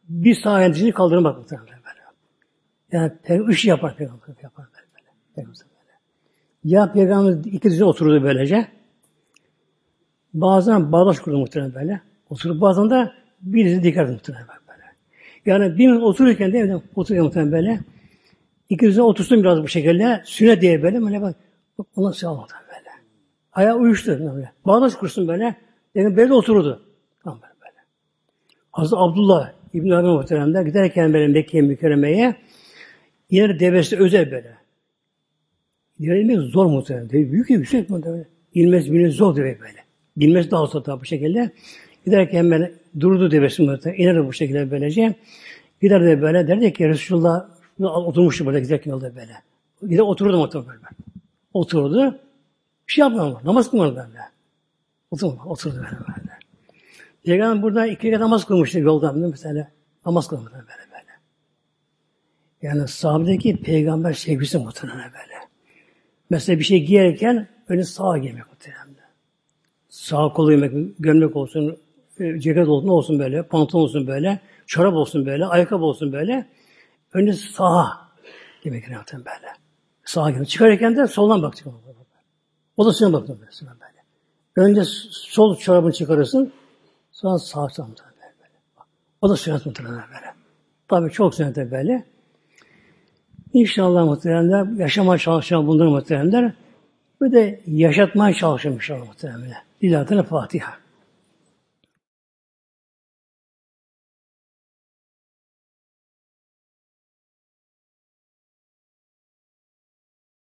bir sağ ayağın dizini kaldırmak muhtemelen böyle. Yani üç yapar peygamber yapar böyle. Peygamber böyle. Ya peygamber iki dizine otururdu böylece. Bazen bağdaş kurdu muhtemelen böyle. Oturup bazen de bir dizi dikerdi muhtemelen böyle. Yani bir otururken değil mi? Otururken muhtemelen böyle. İki dizine otursun biraz bu şekilde. Sünnet diye böyle bak. Ona sağ muhtemelen böyle. Ayağı uyuştu böyle. Bağdaş kursun böyle. Yani böyle otururdu. Tamam böyle. Hazreti Abdullah İbn-i Ömer muhteremler giderken böyle Mekke'ye mükerremeye iner devesi özel böyle. İnermek zor muhterem. Büyük yüksek muhterem. İnmez bilmez zor demek böyle. Bilmez daha zor tabi bu şekilde. Giderken böyle durdu devesi muhterem. İner bu şekilde böylece. Gider de böyle derdi ki Resulullah oturmuştu böyle giderken yolda böyle. Gider oturdu muhterem böyle. Oturdu. Bir şey yapmadı. Namaz kılmadı böyle. Oturdu böyle. Peygamber burada iki rekat namaz kılmıştı yolda mesela. Namaz kılmadı böyle. Yani sahabedeki peygamber sevgisi muhtemelen böyle. Mesela bir şey giyerken önce sağa giymek muhtemelen. Sağ kolu giymek, gömlek olsun, ceket olsun, ne olsun böyle, pantolon olsun böyle, çorap olsun böyle, ayakkabı olsun böyle. Önce sağa giymek muhtemelen böyle. Sağa giymek. Çıkarırken de soldan bakacak. O da sana bakıyor böyle. Önce sol çorabını çıkarırsın, sonra sağ muhtemelen böyle. O da sünnet muhtemelen böyle. Tabii çok sünnet böyle. İnşallah muhteremler, yaşamaya çalışan bunları muhteremler, bir de yaşatmaya çalışan inşallah muhteremler. Lillahi Teala Fatiha.